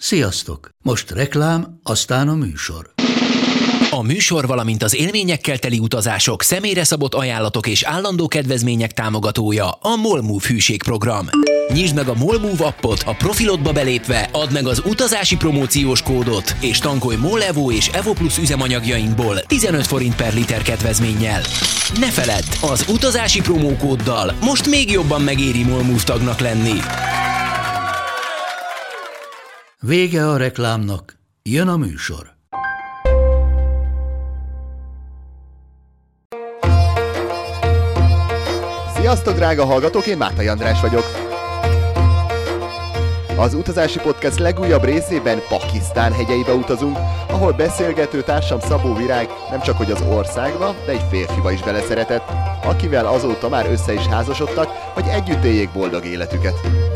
Sziasztok! Most reklám, aztán a műsor. A műsor, valamint az élményekkel teli utazások, személyre szabott ajánlatok és állandó kedvezmények támogatója a MOLMOVE hűségprogram. Nyisd meg a MOLMOVE appot, a profilodba belépve add meg az utazási promóciós kódot, és tankolj MOL Evo és Evo Plus üzemanyagjainkból 15 forint per liter kedvezménnyel. Ne feledd, az utazási promókóddal most még jobban megéri MOLMOVE tagnak lenni. Vége a reklámnak, jön a műsor. Sziasztok, drága hallgatók, én Mátai András vagyok. Az Utazási Podcast legújabb részében Pakisztán hegyeibe utazunk, ahol beszélgető társam Szabó Virág nem csak hogy az országba, de egy férfiba is beleszeretett, akivel azóta már össze is házasodtak, hogy együtt éljék boldog életüket.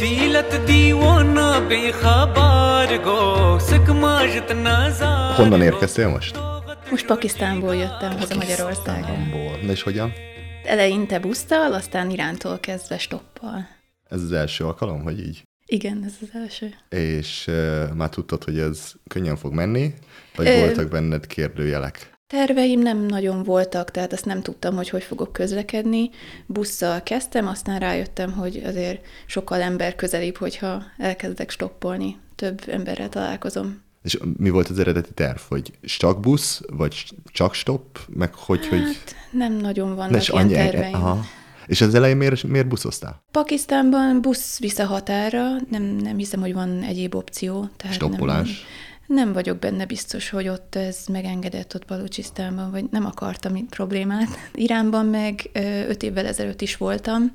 Honnan érkeztél most? Most Pakisztánból jöttem haza Magyarországra. És hogyan? Eleinte busszal, aztán Irántól kezdve stoppal. Ez az első alkalom, hogy így? Igen, ez az első. És már tudtad, hogy ez könnyen fog menni? Vagy voltak benned kérdőjelek? Terveim nem nagyon voltak, tehát azt nem tudtam, hogy fogok közlekedni. Busszal kezdtem, aztán rájöttem, hogy azért sokkal ember közelibb, hogyha elkezdek stoppolni. Több emberrel találkozom. És mi volt az eredeti terv? Hogy csak busz, vagy csak stopp? Meg hogy... Nem nagyon vannak ilyen terveim. Aha. És az elején miért buszoztál? Pakisztánban busz visz a határra, nem hiszem, hogy van egyéb opció. Tehát stoppolás? Nem vagyok benne biztos, hogy ott ez megengedett ott Balucsisztánban, vagy nem akartam problémát. Iránban meg 5 évvel ezelőtt is voltam,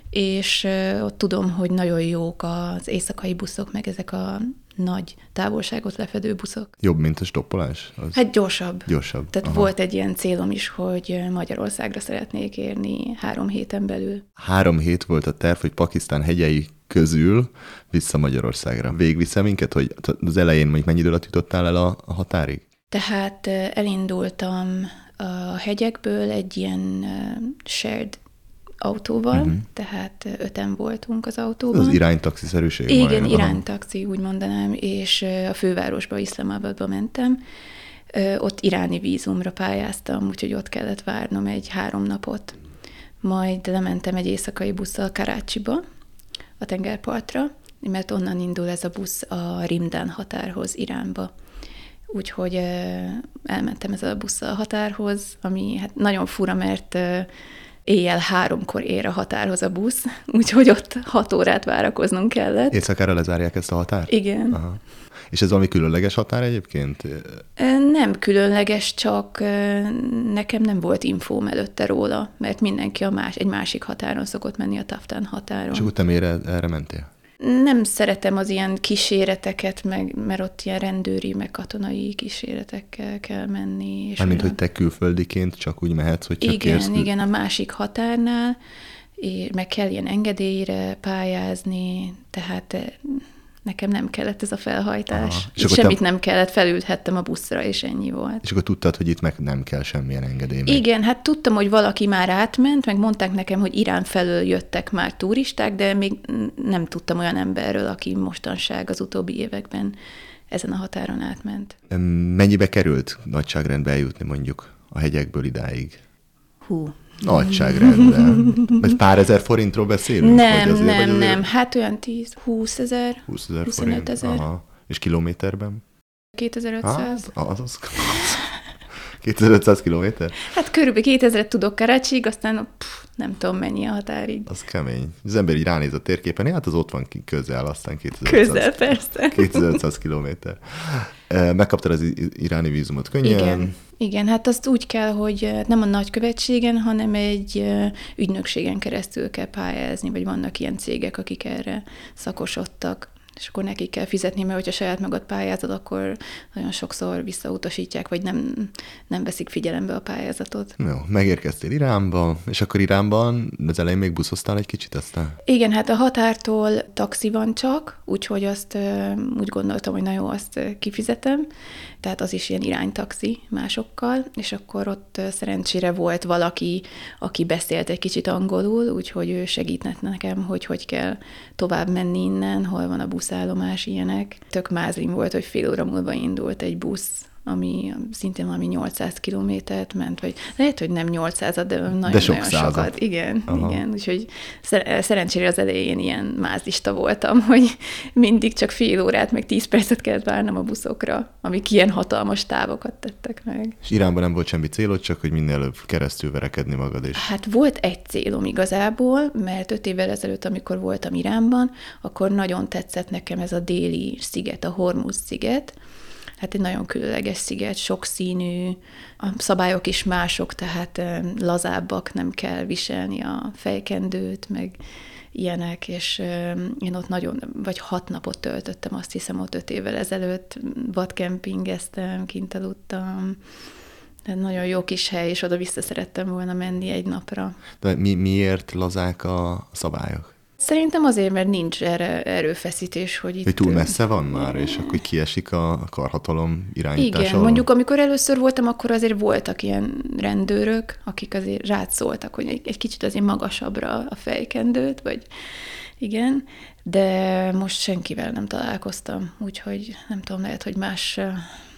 és ott tudom, hogy nagyon jók az éjszakai buszok, meg ezek a nagy távolságot lefedő buszok. Jobb, mint a stoppolás? Hát gyorsabb. Tehát aha. Volt egy ilyen célom is, hogy Magyarországra szeretnék érni 3 héten belül. 3 hét volt a terv, hogy Pakisztán hegyei közül vissza Magyarországra. Végigviszem minket, hogy az elején mondjuk mennyi idő alatt jutottál el a határig? Tehát elindultam a hegyekből egy ilyen shared autóval, tehát 5-en voltunk az autóban. Az iránytaxiszerűség? Igen, iránytaxi, úgy mondanám, és a fővárosba, Iszlamabadba mentem. Ott iráni vízumra pályáztam, úgyhogy ott kellett várnom egy 3 napot. Majd lementem egy éjszakai busszal Karácsiba, a tengerpartra, mert onnan indul ez a busz a Rimdán határhoz, Iránba. Úgyhogy elmentem ezzel a busszal a határhoz, ami hát nagyon fura, mert éjjel 3-kor ér a határhoz a busz, úgyhogy ott 6 órát várakoznunk kellett. Éjszakára lezárják ezt a határt? Igen. Aha. És ez valami különleges határ egyébként? Nem különleges, csak nekem nem volt infóm előtte róla, mert mindenki egy másik határon szokott menni, a Taftán határon. És akkor te miért erre mentél? Nem szeretem az ilyen kíséreteket, mert ott ilyen rendőri, meg katonai kíséretekkel kell menni. Mármint, hogy te külföldiként csak úgy mehetsz, hogy csak kérsz? Igen, a másik határnál, meg kell ilyen engedélyre pályázni, tehát nekem nem kellett ez a felhajtás. Semmit nem kellett, felülhettem a buszra, és ennyi volt. És akkor tudtad, hogy itt meg nem kell semmilyen engedély? Igen, hát tudtam, hogy valaki már átment, meg mondták nekem, hogy Irán felől jöttek már turisták, de még nem tudtam olyan emberről, aki mostanság az utóbbi években ezen a határon átment. Mennyibe került nagyságrendbe eljutni mondjuk a hegyekből idáig? Nagyságrendben. Vagy pár ezer forintról beszélünk? Nem. Hát olyan 20 ezer, 25 ezer. Aha. És kilométerben? 2500. 2500 kilométer? Hát körülbelül 2000-et tudok Karacsig, aztán nem tudom mennyi a határig. Az kemény. Az ember így ránéz a térképen, hát az ott van közel, aztán 2500. Közel, persze. 2500 kilométer. Megkaptad az iráni vízumot könnyen? Igen, hát azt úgy kell, hogy nem a nagykövetségen, hanem egy ügynökségen keresztül kell pályázni, vagy vannak ilyen cégek, akik erre szakosodtak. És akkor nekik kell fizetni, mert hogyha saját magad pályázod, akkor nagyon sokszor visszautasítják, vagy nem veszik figyelembe a pályázatot. Jó, megérkeztél Iránba, és akkor Iránban az elején még buszoztál egy kicsit aztán? Igen, hát a határtól taxi van csak, úgyhogy azt úgy gondoltam, hogy na jó, azt kifizetem, tehát az is ilyen iránytaxi másokkal, és akkor ott szerencsére volt valaki, aki beszélt egy kicsit angolul, úgyhogy ő segített nekem, hogy kell tovább menni innen, hol van a busz buszállomás, ilyenek. Tök mázlim volt, hogy fél óra múlva indult egy busz, ami szintén valami 800 kilométert ment, vagy lehet, hogy nem 800-at, de nagyon sokat. Igen, igen. Úgyhogy szerencsére az elején ilyen mázlista voltam, hogy mindig csak fél órát, meg 10 percet kellett várnom a buszokra, amik ilyen hatalmas távokat tettek meg. És Iránban nem volt semmi célod, csak hogy minél előbb keresztül verekedni magad is. Hát volt egy célom igazából, mert 5 évvel ezelőtt, amikor voltam Iránban, akkor nagyon tetszett nekem ez a déli sziget, a Hormuz-sziget. Hát egy nagyon különleges sziget, sokszínű, a szabályok is mások, tehát lazábbak, nem kell viselni a fejkendőt, meg ilyenek, és én ott vagy 6 napot töltöttem, azt hiszem ott 5 évvel ezelőtt, vadkempingeztem, kint aludtam, de nagyon jó kis hely, és oda vissza szerettem volna menni egy napra. De miért lazák a szabályok? Szerintem azért, mert nincs erre erőfeszítés, hogy itt... Hogy túl messze van már, és akkor kiesik a karhatalom irányítása? Igen, mondjuk amikor először voltam, akkor azért voltak ilyen rendőrök, akik azért rátszóltak, hogy egy kicsit azért magasabbra a fejkendőt, vagy igen, de most senkivel nem találkoztam, úgyhogy nem tudom, lehet, hogy más a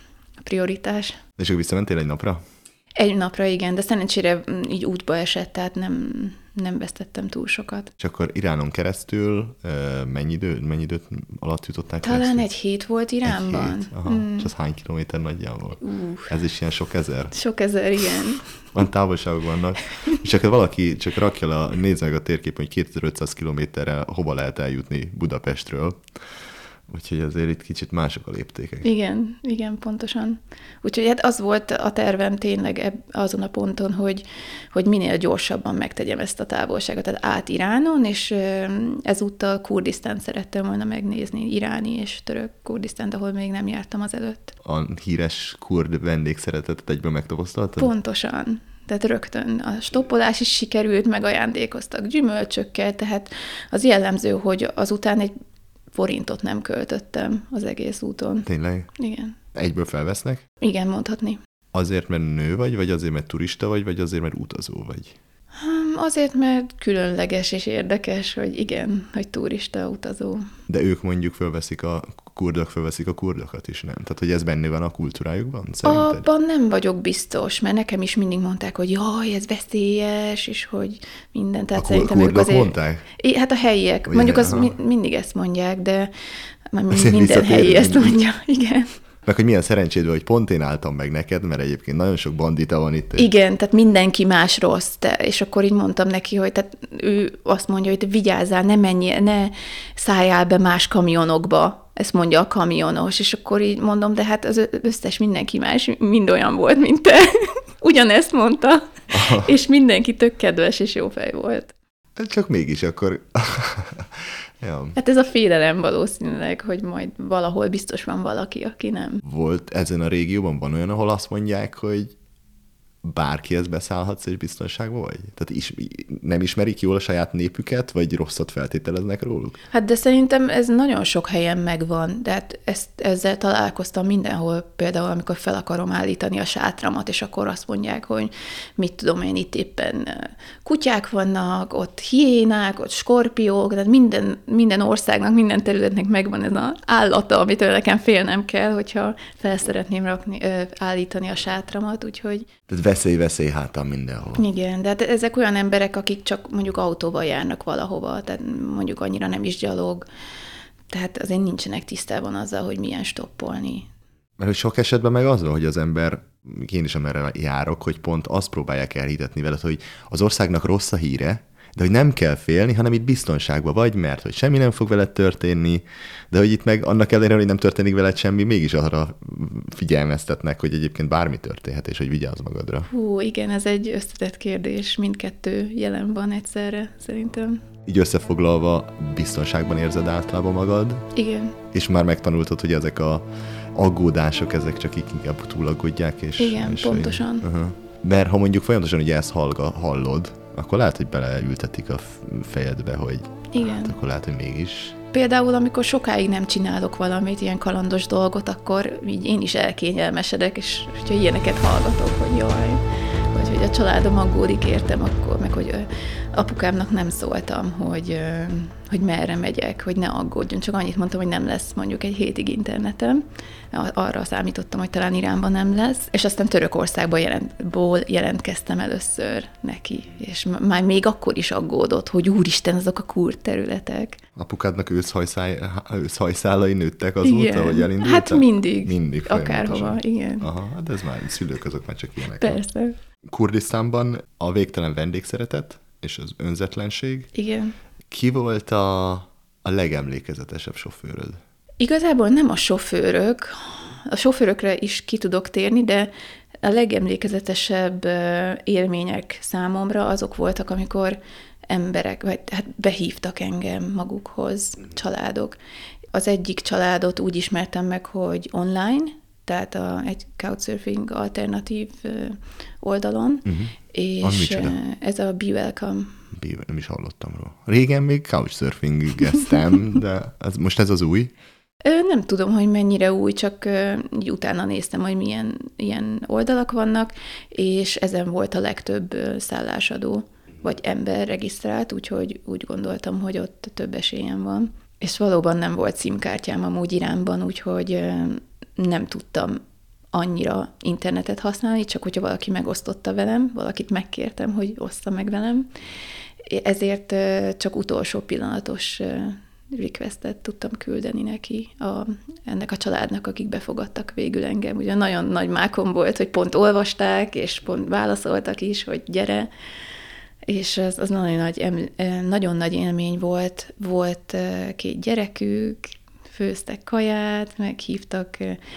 prioritás. És akkor visszamentél egy napra? Egy napra, igen, de szerencsére így útba esett, tehát nem vesztettem túl sokat. És akkor Iránon keresztül mennyi időt alatt jutották keresztül? Talán egy hét volt Iránban. Egy hét? Aha. És az hány kilométer nagyjából? Ez is ilyen sok ezer? Sok ezer, igen. Van távolságok vannak. És csak valaki csak rakja nézze meg a térképen, hogy 2500 kilométerre hova lehet eljutni Budapestről. Úgyhogy azért itt kicsit mások a léptékek. Igen, pontosan. Úgyhogy hát az volt a tervem tényleg azon a ponton, hogy minél gyorsabban megtegyem ezt a távolságot, tehát át Iránon, és ezúttal Kurdisztánt szerettem volna megnézni, iráni és török Kurdisztánt, ahol még nem jártam azelőtt. A híres kurd vendégszeretetet egyből megtapasztaltad? Pontosan. Tehát rögtön a stoppolás is sikerült, megajándékoztak gyümölcsökkel, tehát az jellemző, hogy azután egy forintot nem költöttem az egész úton. Tényleg? Igen. Egyből felvesznek? Igen, mondhatni. Azért, mert nő vagy azért, mert turista vagy azért, mert utazó vagy? Azért, mert különleges és érdekes, hogy igen, hogy turista, utazó. De ők mondjuk kurdok fölveszik a kurdokat is, nem? Tehát, hogy ez benne van a kultúrájukban, szerinted? Abban nem vagyok biztos, mert nekem is mindig mondták, hogy jaj, ez veszélyes, és hogy minden. Tehát szerintem ők azért... mondták? Hát a helyiek. Ugye, mondjuk mindig ezt mondják, de minden helyi ezt mondja. Igen. Meg hogy milyen szerencséd, hogy pont én álltam meg neked, mert egyébként nagyon sok bandita van itt. Igen, tehát mindenki más rossz, és akkor így mondtam neki, hogy tehát ő azt mondja, hogy te vigyázzál, ne szálljál be más kamionokba, ezt mondja a kamionos, és akkor így mondom, de hát az összes mindenki más mind olyan volt, mint te. Ugyanezt mondta, és mindenki tök kedves és jó fej volt. Csak mégis akkor... Ja. Hát ez a félelem valószínűleg, hogy majd valahol biztos van valaki, aki nem. Volt ezen a régióban, van olyan, ahol azt mondják, hogy bárkihez beszállhatsz és biztonságban vagy? Tehát nem ismerik jól a saját népüket, vagy rosszat feltételeznek róluk? Hát de szerintem ez nagyon sok helyen megvan, de hát ezzel találkoztam mindenhol, például amikor fel akarom állítani a sátramat, és akkor azt mondják, hogy mit tudom én, itt éppen kutyák vannak, ott hiénák, ott skorpiók, tehát minden országnak, minden területnek megvan ez az állata, amitől nekem félnem kell, hogyha fel szeretném állítani a sátramat, úgyhogy... Tehát veszély hátán mindenhol. Igen, de hát ezek olyan emberek, akik csak mondjuk autóval járnak valahova, tehát mondjuk annyira nem is gyalog, tehát azért nincsenek tisztában azzal, hogy milyen stoppolni. Mert hogy sok esetben meg az van, hogy az ember, én is amerre járok, hogy pont azt próbálják elhitetni veled, hogy az országnak rossz a híre, de hogy nem kell félni, hanem itt biztonságban vagy, mert hogy semmi nem fog veled történni, de hogy itt meg annak ellenére, hogy nem történik veled semmi, mégis arra figyelmeztetnek, hogy egyébként bármi történhet, és hogy vigyázz magadra. Hú, igen, ez egy összetett kérdés, mindkettő jelen van egyszerre, szerintem. Így összefoglalva, biztonságban érzed általában magad? Igen. És már megtanultad, hogy ezek a aggódások, ezek csak inkább túlaggódják, és... Igen, és pontosan. Mert ha mondjuk folyamatosan ugye ezt hallod, akkor lehet, hogy beleültetik a fejedbe, hogy igen. Hát akkor lehet, hogy mégis. Például, amikor sokáig nem csinálok valamit, ilyen kalandos dolgot, akkor így én is elkényelmesedek, és hogyha ilyeneket hallgatok, hogy jaj, vagy hogy a családom aggódik értem, akkor meg meg, hogy apukámnak nem szóltam, hogy merre megyek, hogy ne aggódjon. Csak annyit mondtam, hogy nem lesz mondjuk egy hétig internetem. Arra számítottam, hogy talán Iránban nem lesz. És aztán Törökországból jelentkeztem először neki. És már még akkor is aggódott, hogy úristen, azok a kurd területek. Apukádnak őszhajszálai nőttek azóta, hogy elindultál? Hát mindig akárhova, igen. Aha, de ez már szülők, azok már csak ilyenek. Persze. Kurdisztánban a végtelen vendégszeretet és az önzetlenség. Igen. Ki volt a legemlékezetesebb sofőröd? Igazából nem a sofőrök. A sofőrökre is ki tudok térni, de a legemlékezetesebb élmények számomra azok voltak, amikor emberek, vagy hát behívtak engem magukhoz, családok. Az egyik családot úgy ismertem meg, hogy online, tehát egy couchsurfing alternatív oldalon, és ez a Be Welcome. Nem is hallottam róla. Régen még couchsurfing-geztem, de most ez az új? Nem tudom, hogy mennyire új, csak utána néztem, hogy milyen ilyen oldalak vannak, és ezen volt a legtöbb szállásadó, vagy ember regisztrált, úgyhogy úgy gondoltam, hogy ott több esélyem van. És valóban nem volt SIM-kártyám amúgy Iránban, úgyhogy nem tudtam annyira internetet használni, csak hogyha valaki megosztotta velem, valakit megkértem, hogy ossza meg velem. Ezért csak utolsó pillanatos requestet tudtam küldeni neki, ennek a családnak, akik befogadtak végül engem. Ugye nagyon nagy mákom volt, hogy pont olvasták, és pont válaszoltak is, hogy gyere, és az nagyon nagy élmény volt. Volt 2 gyerekük, főztek kaját, meghívtak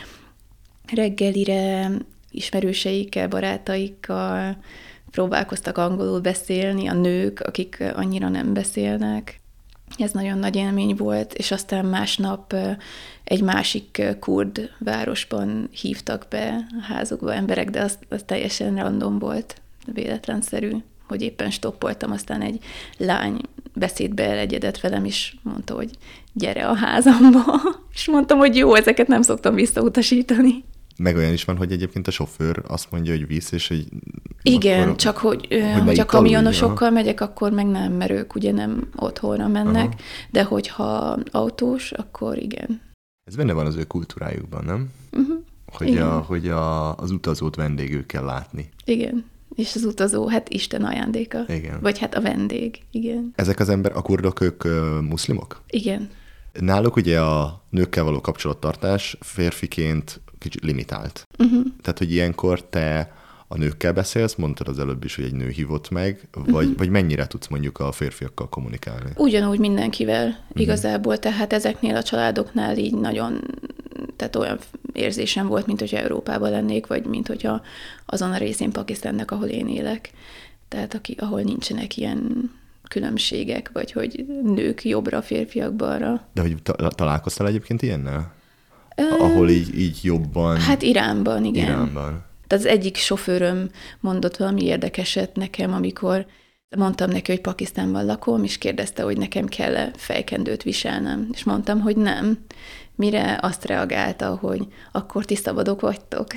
reggelire, ismerőseikkel, barátaikkal, próbálkoztak angolul beszélni, a nők, akik annyira nem beszélnek. Ez nagyon nagy élmény volt, és aztán másnap egy másik kurd városban hívtak be a házukba emberek, de az teljesen random volt, véletlenszerű, hogy éppen stoppoltam, aztán egy lány beszédbe elegyedett velem, és mondta, hogy gyere a házamba, és mondtam, hogy jó, ezeket nem szoktam visszautasítani. Meg olyan is van, hogy egyébként a sofőr azt mondja, hogy visz, és hogy... Igen, akkor, csak hogy a kamionosokkal megyek, akkor meg nem, mert ők ugye nem otthonra mennek, de hogyha autós, akkor igen. Ez benne van az ő kultúrájukban, nem? Hogy az utazót vendégül kell látni. Igen, és az utazó, hát Isten ajándéka. Igen. Vagy hát a vendég, igen. Ezek az a kurdok, ők muszlimok? Igen. Náluk ugye a nőkkel való kapcsolattartás férfiként kicsit limitált. Tehát, hogy ilyenkor te a nőkkel beszélsz, mondtad az előbb is, hogy egy nő hívott meg, vagy mennyire tudsz mondjuk a férfiakkal kommunikálni? Ugyanúgy mindenkivel igazából, tehát ezeknél a családoknál így nagyon, tehát olyan érzésem volt, mint hogyha Európában lennék, vagy mint hogyha azon a részén Pakisztánnak, ahol én élek. Tehát ahol nincsenek ilyen különbségek, vagy hogy nők jobbra, férfiak balra. De hogy találkoztál egyébként ilyennel? Ahol így jobban... Hát Iránban, igen. Iránban. Tehát az egyik sofőröm mondott valami érdekeset nekem, amikor mondtam neki, hogy Pakisztánban lakom, és kérdezte, hogy nekem kell-e fejkendőt viselnem. És mondtam, hogy nem. Mire azt reagálta, hogy akkor ti szabadok vagytok.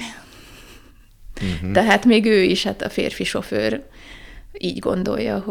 Tehát még ő is, hát a férfi sofőr így gondolja,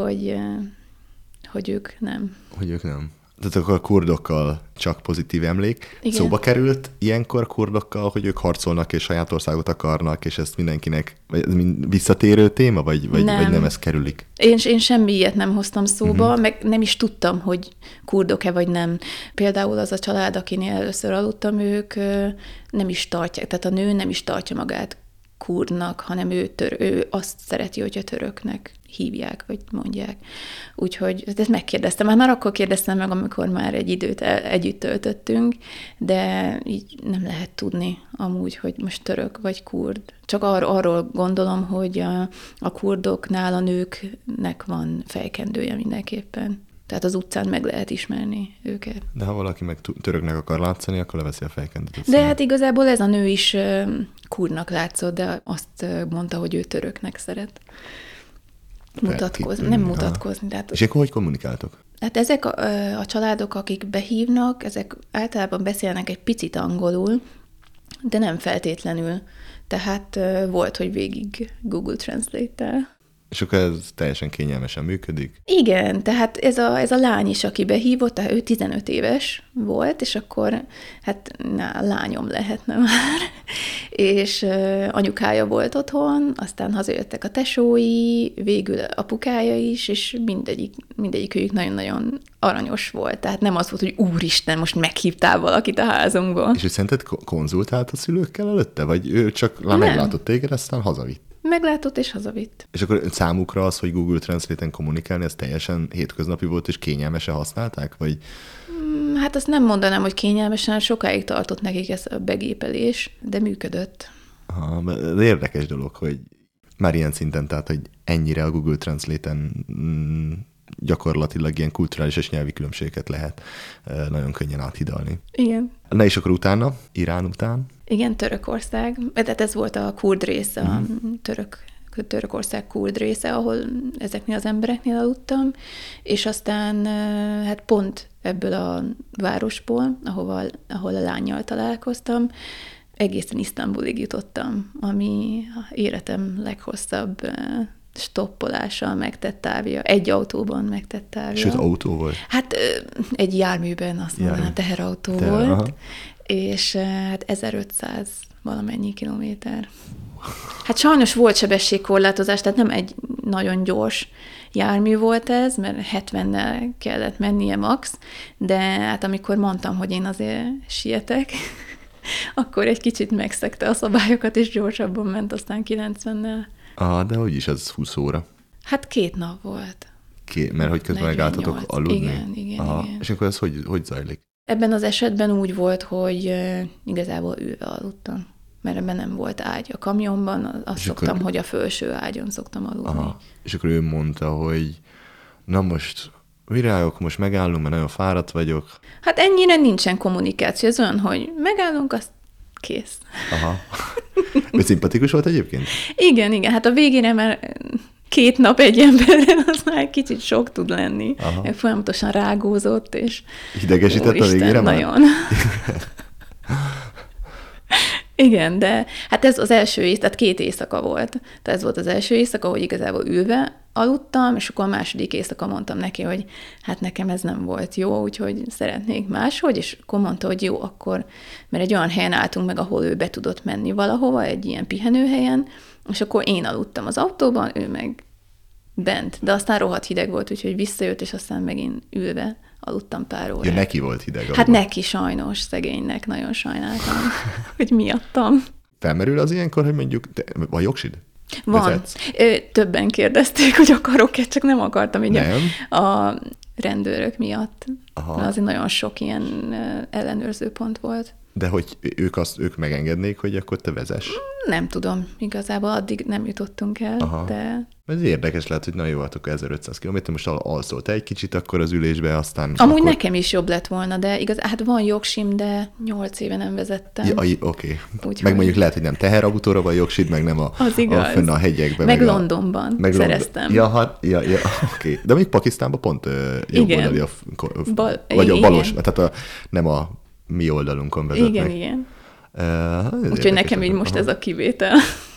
hogy ők nem. Hogy ők nem. Tehát akkor a kurdokkal csak pozitív emlék. Igen. Szóba került ilyenkor kurdokkal, hogy ők harcolnak és saját országot akarnak, és ezt mindenkinek visszatérő téma, vagy nem ez kerülik? Én semmi ilyet nem hoztam szóba, meg nem is tudtam, hogy kurdok-e vagy nem. Például az a család, akinél először aludtam, ők nem is tartják, tehát a nő nem is tartja magát kurdnak, hanem ő azt szereti, hogyha töröknek hívják, vagy mondják. Úgyhogy ezt megkérdeztem. Már akkor kérdeztem meg, amikor már egy időt együtt töltöttünk, de így nem lehet tudni amúgy, hogy most török vagy kurd. Csak arról gondolom, hogy a kurdoknál a nőknek van fejkendője mindenképpen. Tehát az utcán meg lehet ismerni őket. De ha valaki meg töröknek akar látszani, akkor leveszi a fejkendőt. De hát igazából ez a nő is kurdnak látszott, de azt mondta, hogy ő töröknek szeret mutatkozni. Nem mutatkozni. Tehát... És akkor hogy kommunikáltok? Hát ezek a családok, akik behívnak, ezek általában beszélnek egy picit angolul, de nem feltétlenül. Tehát volt, hogy végig Google Translate-tel. És akkor ez teljesen kényelmesen működik? Igen, tehát ez a lány is, aki behívott, tehát ő 15 éves volt, és akkor hát lányom lehetne már, és anyukája volt otthon, aztán hazajöttek a tesói, végül apukája is, és mindegyikük nagyon-nagyon aranyos volt. Tehát nem az volt, hogy úristen, most meghívtál valakit a házunkba. És ő szerinted konzultált a szülőkkel előtte? Vagy ő csak meglátott téged, aztán hazavitt? Meglátott és hazavitt. És akkor számukra az, hogy Google Translate-en kommunikálni, ez teljesen hétköznapi volt, és kényelmesen használták? Vagy... Hát azt nem mondanám, hogy kényelmesen, sokáig tartott nekik ez a begépelés, de működött. Aha, de érdekes dolog, hogy már ilyen szinten, tehát, hogy ennyire a Google Translate-en gyakorlatilag ilyen kulturális és nyelvi különbségeket lehet nagyon könnyen áthidalni. Igen. Na és akkor utána, Irán után? Igen, Törökország. Tehát ez volt a kurd része, a Törökország kurd része, ahol ezeknél az embereknél aludtam, és aztán hát pont ebből a városból, ahol a lánnyal találkoztam, egészen Isztambulig jutottam, ami életem leghosszabb stoppolással megtett távja, egy autóban megtett távja. Sőt, autó volt? Hát egy járműben, azt mondanám, teherautó volt, aha. És hát 1500 valamennyi kilométer. Hát sajnos volt sebességkorlátozás, tehát nem egy nagyon gyors jármű volt ez, mert 70-nel kellett mennie max, de hát amikor mondtam, hogy én azért sietek, akkor egy kicsit megszegte a szabályokat, és gyorsabban ment, aztán 90-nel. De hogy is ez 20 óra? Hát 2 nap volt. Mert hogy közben megálltatok aludni? Igen. És akkor ez hogy zajlik? Ebben az esetben úgy volt, hogy igazából ülve aludtam, mert ebben nem volt ágy. A kamionban azt szoktam, akkor... hogy a felső ágyon szoktam aludni. Aha. És akkor ő mondta, hogy na most virágok, most megállunk, mert nagyon fáradt vagyok. Hát ennyire nincsen kommunikáció. Ez olyan, hogy megállunk, azt kész. Aha. Ő szimpatikus volt egyébként? Igen. Hát a végére már 2 nap egy emberrel, az már egy kicsit sok tud lenni. Aha. Folyamatosan rágózott, és... Idegesített a végére már? Nagyon. Igen, de hát ez az első tehát 2 éjszaka volt. Tehát ez volt az első éjszaka, hogy igazából ülve aludtam, és akkor a második éjszaka mondtam neki, hogy hát nekem ez nem volt jó, úgyhogy szeretnék máshogy, és akkor mondta, hogy jó, akkor, mert egy olyan helyen álltunk meg, ahol ő be tudott menni valahova, egy ilyen pihenőhelyen, és akkor én aludtam az autóban, ő meg bent. De aztán rohadt hideg volt, úgyhogy visszajött, és aztán megint ülve aludtam pár órát. Ja, neki volt hideg. Hát neki sajnos, szegénynek, nagyon sajnáltam, hogy miattam. Felmerül az ilyenkor, hogy mondjuk, van jogsid? Van. Többen kérdezték, hogy akarok-e, csak nem akartam így a rendőrök miatt. Aha. Azért nagyon sok ilyen ellenőrző pont volt. De hogy ők megengednék, hogy akkor te vezess? Nem tudom, igazából addig nem jutottunk el, aha. De... Ez érdekes lehet, hogy na jó, hát akkor 1500 km, most alszol te egy kicsit akkor az ülésbe, aztán... Amúgy akkor... nekem is jobb lett volna, de hát van jogsim, de 8 éve nem vezettem. Ja, oké. Meg mondjuk lehet, hogy nem teherautóra van jogsid, meg nem fenn a hegyekben. Meg Londonban szereztem. Ja, oké. De még Pakisztánban pont jobb oldali vagy a balos, tehát nem a mi oldalunkon vezetnek. Igen. Úgyhogy nekem így most ez a kivétel.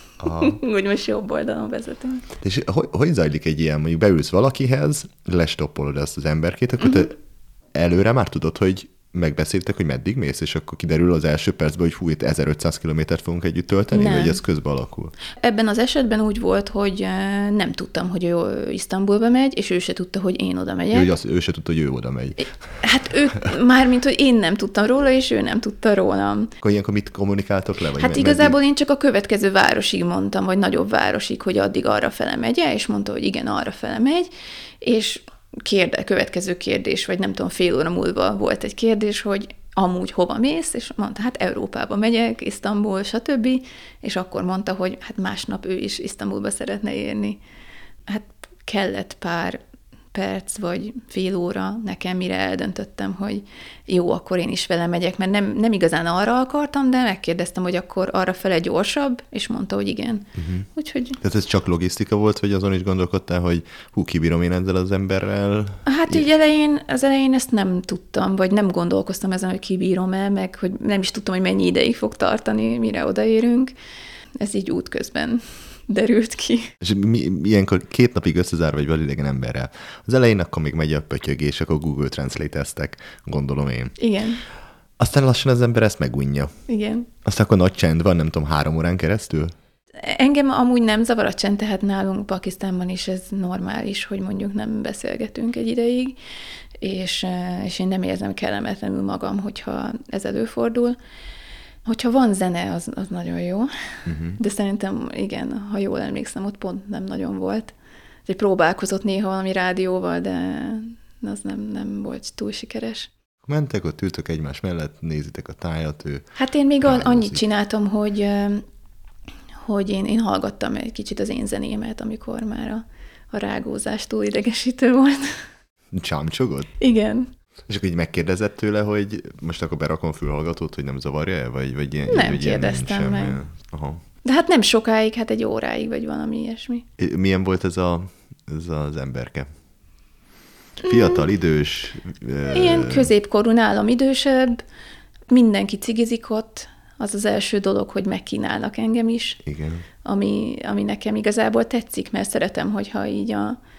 Úgy most jobb oldalon vezetünk. És hogy zajlik egy ilyen, mondjuk beülsz valakihez, lestoppolod ezt az emberkét, akkor te előre már tudod, hogy megbeszéltek, hogy meddig mész, és akkor kiderül az első percben, hogy itt 1500 kilométert fogunk együtt tölteni, vagy ez közben alakul? Ebben az esetben úgy volt, hogy nem tudtam, hogy ő Isztambulba megy, és ő se tudta, hogy én oda megyek. Ő se tudta, hogy ő oda megy. Hát mármint, hogy én nem tudtam róla, és ő nem tudta rólam. Akkor ilyenkor mit kommunikáltok le? Vagy hát igazából én csak a következő városig mondtam, vagy nagyobb városig, hogy addig arra fele megye, és mondta, hogy igen, arra fele megy, és következő kérdés, vagy nem tudom, fél óra múlva volt egy kérdés, hogy amúgy hova mész, és mondta, hát Európába megyek, Isztambul, stb. És akkor mondta, hogy hát másnap ő is Isztambulba szeretne érni. Hát kellett pár perc, vagy fél óra nekem, mire eldöntöttem, hogy jó, akkor én is vele megyek, mert nem igazán arra akartam, de megkérdeztem, hogy akkor arra fele gyorsabb, és mondta, hogy igen. Úgyhogy... Tehát ez csak logisztika volt, vagy azon is gondolkodtál, hogy kibírom én ezzel az emberrel? Hát így az elején ezt nem tudtam, vagy nem gondolkoztam ezen, hogy kibírom-e, meg hogy nem is tudtam, hogy mennyi ideig fog tartani, mire odaérünk. Ez így útközben derült ki. És ilyenkor 2 napig összezárva egy vadidegen emberrel. Az elején akkor még megy a pötyögés, akkor Google Translate-eztek, gondolom én. Igen. Aztán lassan az ember ezt megunja. Igen. Aztán akkor nagy csend van, nem tudom, 3 órán keresztül? Engem amúgy nem zavar a csend, tehát nálunk Pakisztánban is ez normális, hogy mondjuk nem beszélgetünk egy ideig, és én nem érzem kellemetlenül magam, hogyha ez előfordul. Hogyha van zene, az nagyon jó, de szerintem igen, ha jól emlékszem, ott pont nem nagyon volt. Egy próbálkozott néha valami rádióval, de az nem volt túl sikeres. Mentek, ott ültök egymás mellett, nézitek a tájat, ő... Hát én még annyit csináltam, hogy én hallgattam egy kicsit az én zenémet, amikor már a rágózás túl idegesítő volt. Csámcsogod? Igen. És akkor így megkérdezett tőle, hogy most akkor berakom fülhallgatót, hogy nem zavarja-e? Vagy ilyen, nem vagy kérdeztem meg. Aha. De hát nem sokáig, hát egy óráig, vagy valami ilyesmi. Milyen volt ez az emberke? Fiatal, idős? Ilyen középkorú, nálam idősebb, mindenki cigizik ott, az az első dolog, hogy megkínálnak engem is. Igen. Ami nekem igazából tetszik, mert szeretem, hogyha így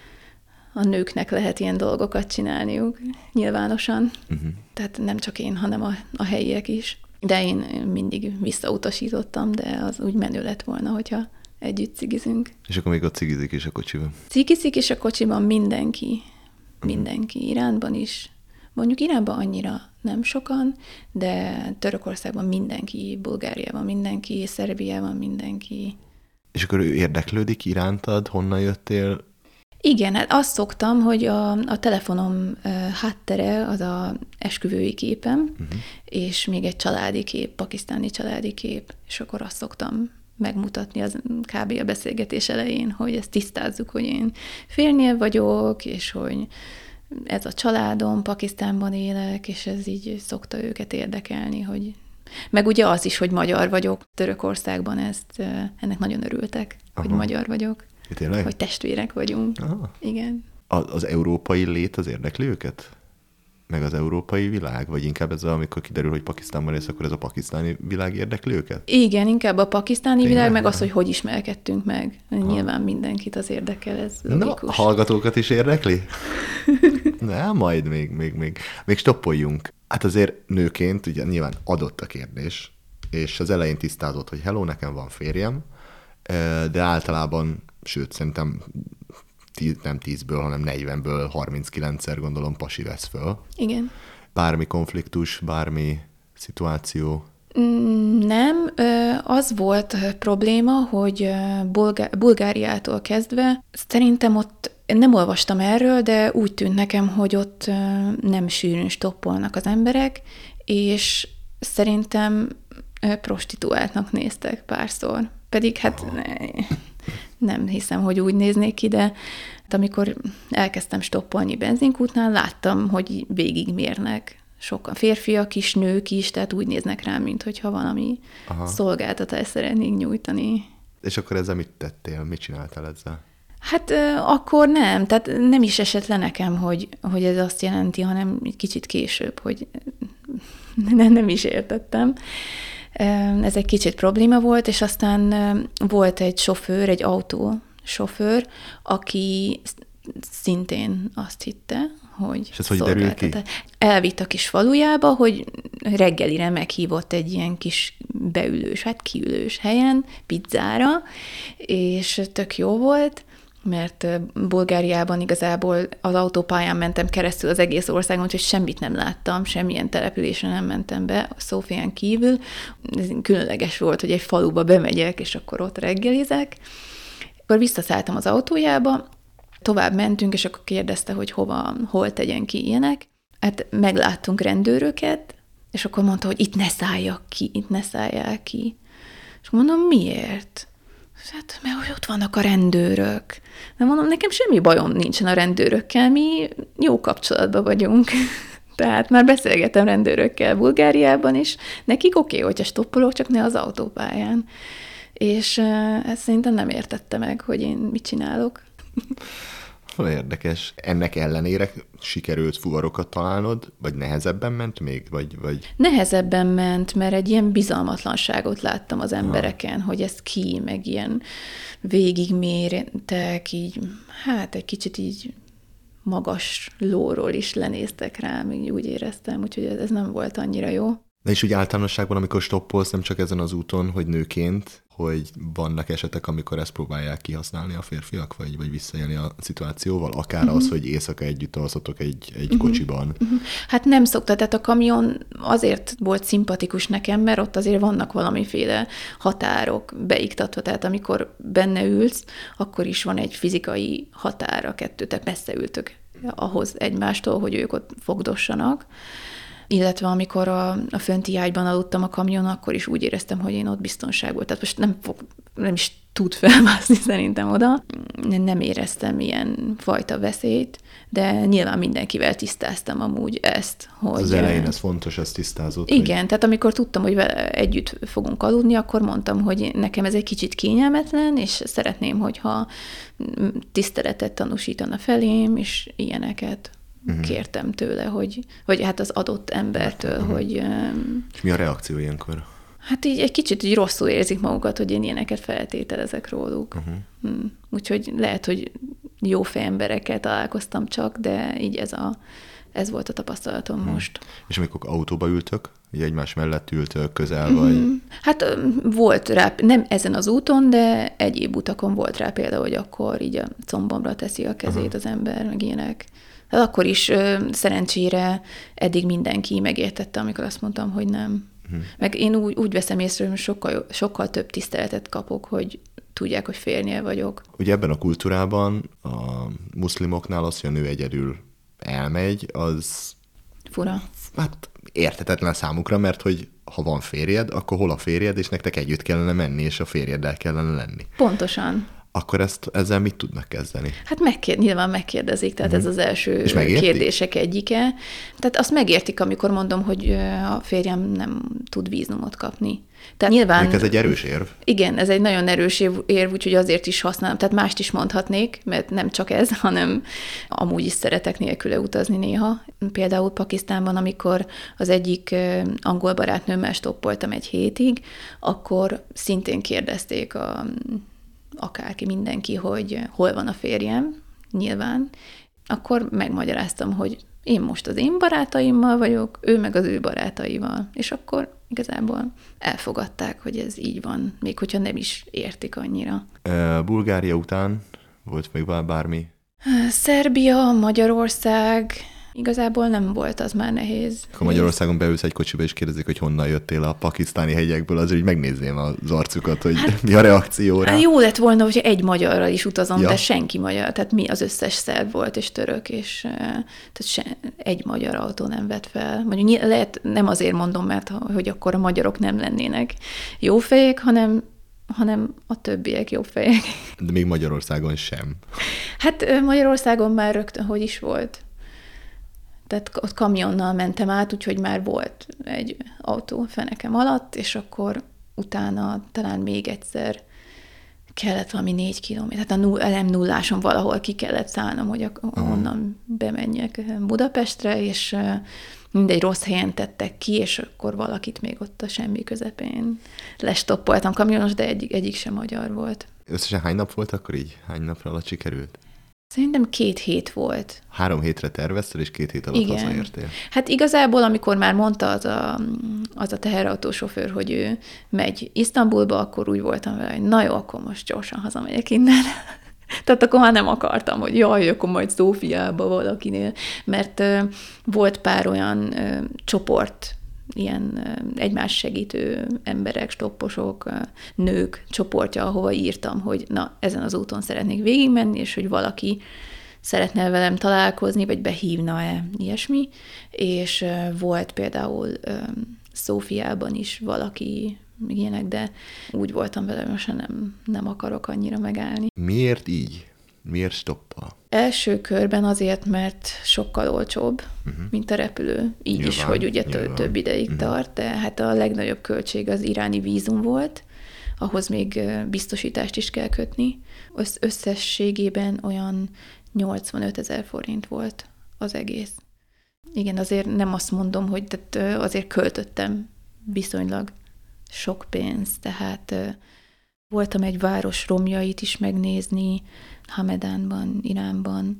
a nőknek lehet ilyen dolgokat csinálniuk nyilvánosan. Tehát nem csak én, hanem a helyiek is. De én mindig visszautasítottam, de az úgy menő lett volna, hogyha együtt cigizünk. És akkor még ott cigizik is a kocsiban? Cigizik is a kocsiban mindenki. Mindenki. Iránban is. Mondjuk Iránban annyira nem sokan, de Törökországban mindenki, Bulgáriában mindenki, Szerbiában mindenki. És akkor ő érdeklődik irántad? Honnan jöttél? Igen, hát azt szoktam, hogy a telefonom háttere az a esküvői képem, és még egy családi kép, pakisztáni családi kép, és akkor azt szoktam megmutatni az kb. A beszélgetés elején, hogy ezt tisztázzuk, hogy én férnél vagyok, és hogy ez a családom, Pakisztánban élek, és ez így szokta őket érdekelni, hogy... Meg ugye az is, hogy magyar vagyok. Törökországban ennek nagyon örültek, hogy magyar vagyok. Tényleg? Hogy testvérek vagyunk. Aha. Igen. Az európai lét az érdekli őket? Meg az európai világ? Vagy inkább ez amikor kiderül, hogy Pakisztánban élsz, akkor ez a pakisztáni világ érdekli őket? Igen, inkább a pakisztáni világ, meg az, hogy ismerkedtünk meg. Nyilván mindenkit az érdekel, ez logikus. Na, hallgatókat is érdekli? Nem, majd még stoppoljunk. Hát azért nőként ugye nyilván adott a kérdés, és az elején tisztázott, hogy hello, nekem van férjem, de általában, sőt, szerintem nem 10-ből, hanem 40-ből 39-szer gondolom pasi vesz föl. Igen. Bármi konfliktus, bármi szituáció? Nem, az volt probléma, hogy Bulgáriától kezdve, szerintem ott nem olvastam erről, de úgy tűnt nekem, hogy ott nem sűrűn stoppolnak az emberek, és szerintem prostituáltnak néztek párszor. Pedig hát nem hiszem, hogy úgy néznék ki, de amikor elkezdtem stoppolni benzinkútnál, láttam, hogy végigmérnek sokan férfiak is, nők is, tehát úgy néznek rám, mintha valami szolgáltatást szeretnénk nyújtani. És akkor ezzel mit tettél? Mit csináltál ezzel? Hát akkor nem, tehát nem is esett le nekem, hogy ez azt jelenti, hanem egy kicsit később, hogy nem is értettem. Ez egy kicsit probléma volt, és aztán volt egy sofőr, egy autósofőr, aki szintén azt hitte, hogy és ez hogy derül ki? Elvitt a kis falujába, hogy reggelire meghívott egy ilyen kis beülős, hát kiülős helyen, pizzára, és tök jó volt, mert Bulgáriában igazából az autópályán mentem keresztül az egész országon, úgyhogy semmit nem láttam, semmilyen településre nem mentem be, a Szófián kívül. Ez különleges volt, hogy egy faluba bemegyek, és akkor ott reggelizek. Akkor visszaszálltam az autójába, tovább mentünk, és akkor kérdezte, hogy hol tegyen ki ilyenek. Hát megláttunk rendőröket, és akkor mondta, hogy itt ne szálljál ki. És mondom, miért? Hát, mert ott vannak a rendőrök. De mondom, nekem semmi bajom nincsen a rendőrökkel, mi jó kapcsolatban vagyunk. Tehát már beszélgetem rendőrökkel Bulgáriában is. Nekik oké, hogyha stoppolok, csak ne az autópályán. És ezt szerintem nem értette meg, hogy én mit csinálok. Érdekes. Ennek ellenére sikerült fuvarokat találnod, vagy nehezebben ment még, vagy... Nehezebben ment, mert egy ilyen bizalmatlanságot láttam az embereken, hogy ez ki, meg ilyen végigmértek, így, hát egy kicsit így magas lóról is lenéztek rám, így úgy éreztem, úgyhogy ez nem volt annyira jó. De és úgy általánosságban, amikor stoppolsz, nem csak ezen az úton, hogy nőként, hogy vannak esetek, amikor ezt próbálják kihasználni a férfiak, vagy visszaélni a szituációval, akár az, hogy éjszaka együtt alszotok egy kocsiban. Hát nem szokta, tehát a kamion azért volt szimpatikus nekem, mert ott azért vannak valamiféle határok beiktatva, tehát amikor benne ülsz, akkor is van egy fizikai határ a kettő, tehát messze ültök ahhoz egymástól, hogy ők ott fogdossanak. Illetve amikor a fönti ágyban aludtam a kamion, akkor is úgy éreztem, hogy én ott biztonságban. Tehát most nem is tud felmászni szerintem oda. Nem éreztem ilyen fajta veszélyt, de nyilván mindenkivel tisztáztam amúgy ezt. Hogy az elején ez fontos, ezt tisztázott. Igen, hogy... tehát amikor tudtam, hogy vele együtt fogunk aludni, akkor mondtam, hogy nekem ez egy kicsit kényelmetlen, és szeretném, hogyha tiszteletet tanúsítana felém, és ilyeneket. Kértem tőle, vagy hát az adott embertől, hogy... És mi a reakció ilyenkor? Hát így egy kicsit így rosszul érzik magukat, hogy én ilyeneket feltételezek róluk. Úgyhogy lehet, hogy jó fejemberekkel találkoztam csak, de így ez volt a tapasztalatom most. És amikor autóba ültök, így egymás mellett ültök, közel vagy? Hát volt rá, nem ezen az úton, de egyéb utakon volt rá például, hogy akkor így a combomra teszi a kezét az ember, meg ilyenek. Hát akkor is szerencsére eddig mindenki megértette, amikor azt mondtam, hogy nem. Meg én úgy veszem észre, hogy sokkal több tiszteletet kapok, hogy tudják, hogy férjnél vagyok. Ugye ebben a kultúrában a muszlimoknál az, hogy a nő egyedül elmegy, az... Fura. Hát érthetetlen számukra, mert hogy ha van férjed, akkor hol a férjed, és nektek együtt kellene menni, és a férjeddel kellene lenni. Pontosan. Akkor ezzel mit tudnak kezdeni? Hát nyilván megkérdezik, tehát ez az első kérdések egyike. Tehát azt megértik, amikor mondom, hogy a férjem nem tud vízumot kapni. Tehát nyilván... Ez egy erős érv. Igen, ez egy nagyon erős érv, úgyhogy azért is használom. Tehát mást is mondhatnék, mert nem csak ez, hanem amúgy is szeretek nélküle utazni néha. Például Pakisztánban, amikor az egyik angol barátnőmmel stoppoltam egy hétig, akkor szintén kérdezték akárki, mindenki, hogy hol van a férjem, nyilván, akkor megmagyaráztam, hogy én most az én barátaimmal vagyok, ő meg az ő barátaival. És akkor igazából elfogadták, hogy ez így van, még hogyha nem is értik annyira. Bulgária után volt még bármi? Szerbia, Magyarország, igazából nem volt az már nehéz. Ha Magyarországon beülsz egy kocsiba, és kérdezik, hogy honnan jöttél a pakisztáni hegyekből, azért így megnézném az arcukat, hogy mi a reakció rá. Hát jó lett volna, hogyha egy magyarral is utazom, de senki magyar, tehát mi az összes szerb volt, és török, és tehát egy magyar autó nem vett fel. Mondjuk lehet, nem azért mondom, mert hogy akkor a magyarok nem lennének jó fejek, hanem a többiek jobb fejek. De még Magyarországon sem. Hát Magyarországon már rögtön, hogy is volt. Tehát ott kamionnal mentem át, úgyhogy már volt egy autó fenekem alatt, és akkor utána talán még egyszer kellett valami 4 kilométer. Tehát a M0-áson valahol ki kellett szállnom, hogy onnan bemenjek Budapestre, és mindegy rossz helyen tettek ki, és akkor valakit még ott a semmi közepén lestoppoltam kamionos, de egyik sem magyar volt. Összesen hány nap volt akkor így? Hány napra alatt sikerült? Szerintem 2 hét volt. 3 hétre terveztél, és 2 hét alatt hazaértél. Hát igazából, amikor már mondta az a teherautósofőr, hogy ő megy Isztambulba, akkor úgy voltam vele, hogy na jó, akkor most gyorsan hazamegyek innen. Tehát akkor már nem akartam, hogy jaj, akkor majd Szófiába valakinél, mert volt pár olyan csoport, ilyen egymás segítő emberek, stopposok, nők csoportja, ahova írtam, hogy na, ezen az úton szeretnék végigmenni, és hogy valaki szeretne velem találkozni, vagy behívna-e ilyesmi, és volt például Szófiában is valaki, ilyenek, de úgy voltam vele, most nem akarok annyira megállni. Miért így? Miért stoppal? Első körben azért, mert sokkal olcsóbb, mint a repülő. Így nyilván, is, hogy ugye több ideig tart, de hát a legnagyobb költség az iráni vízum volt, ahhoz még biztosítást is kell kötni. Összességében olyan 85 000 forint volt az egész. Igen, azért nem azt mondom, hogy tehát azért költöttem viszonylag sok pénzt, tehát voltam egy város romjait is megnézni, Hamedánban, Iránban,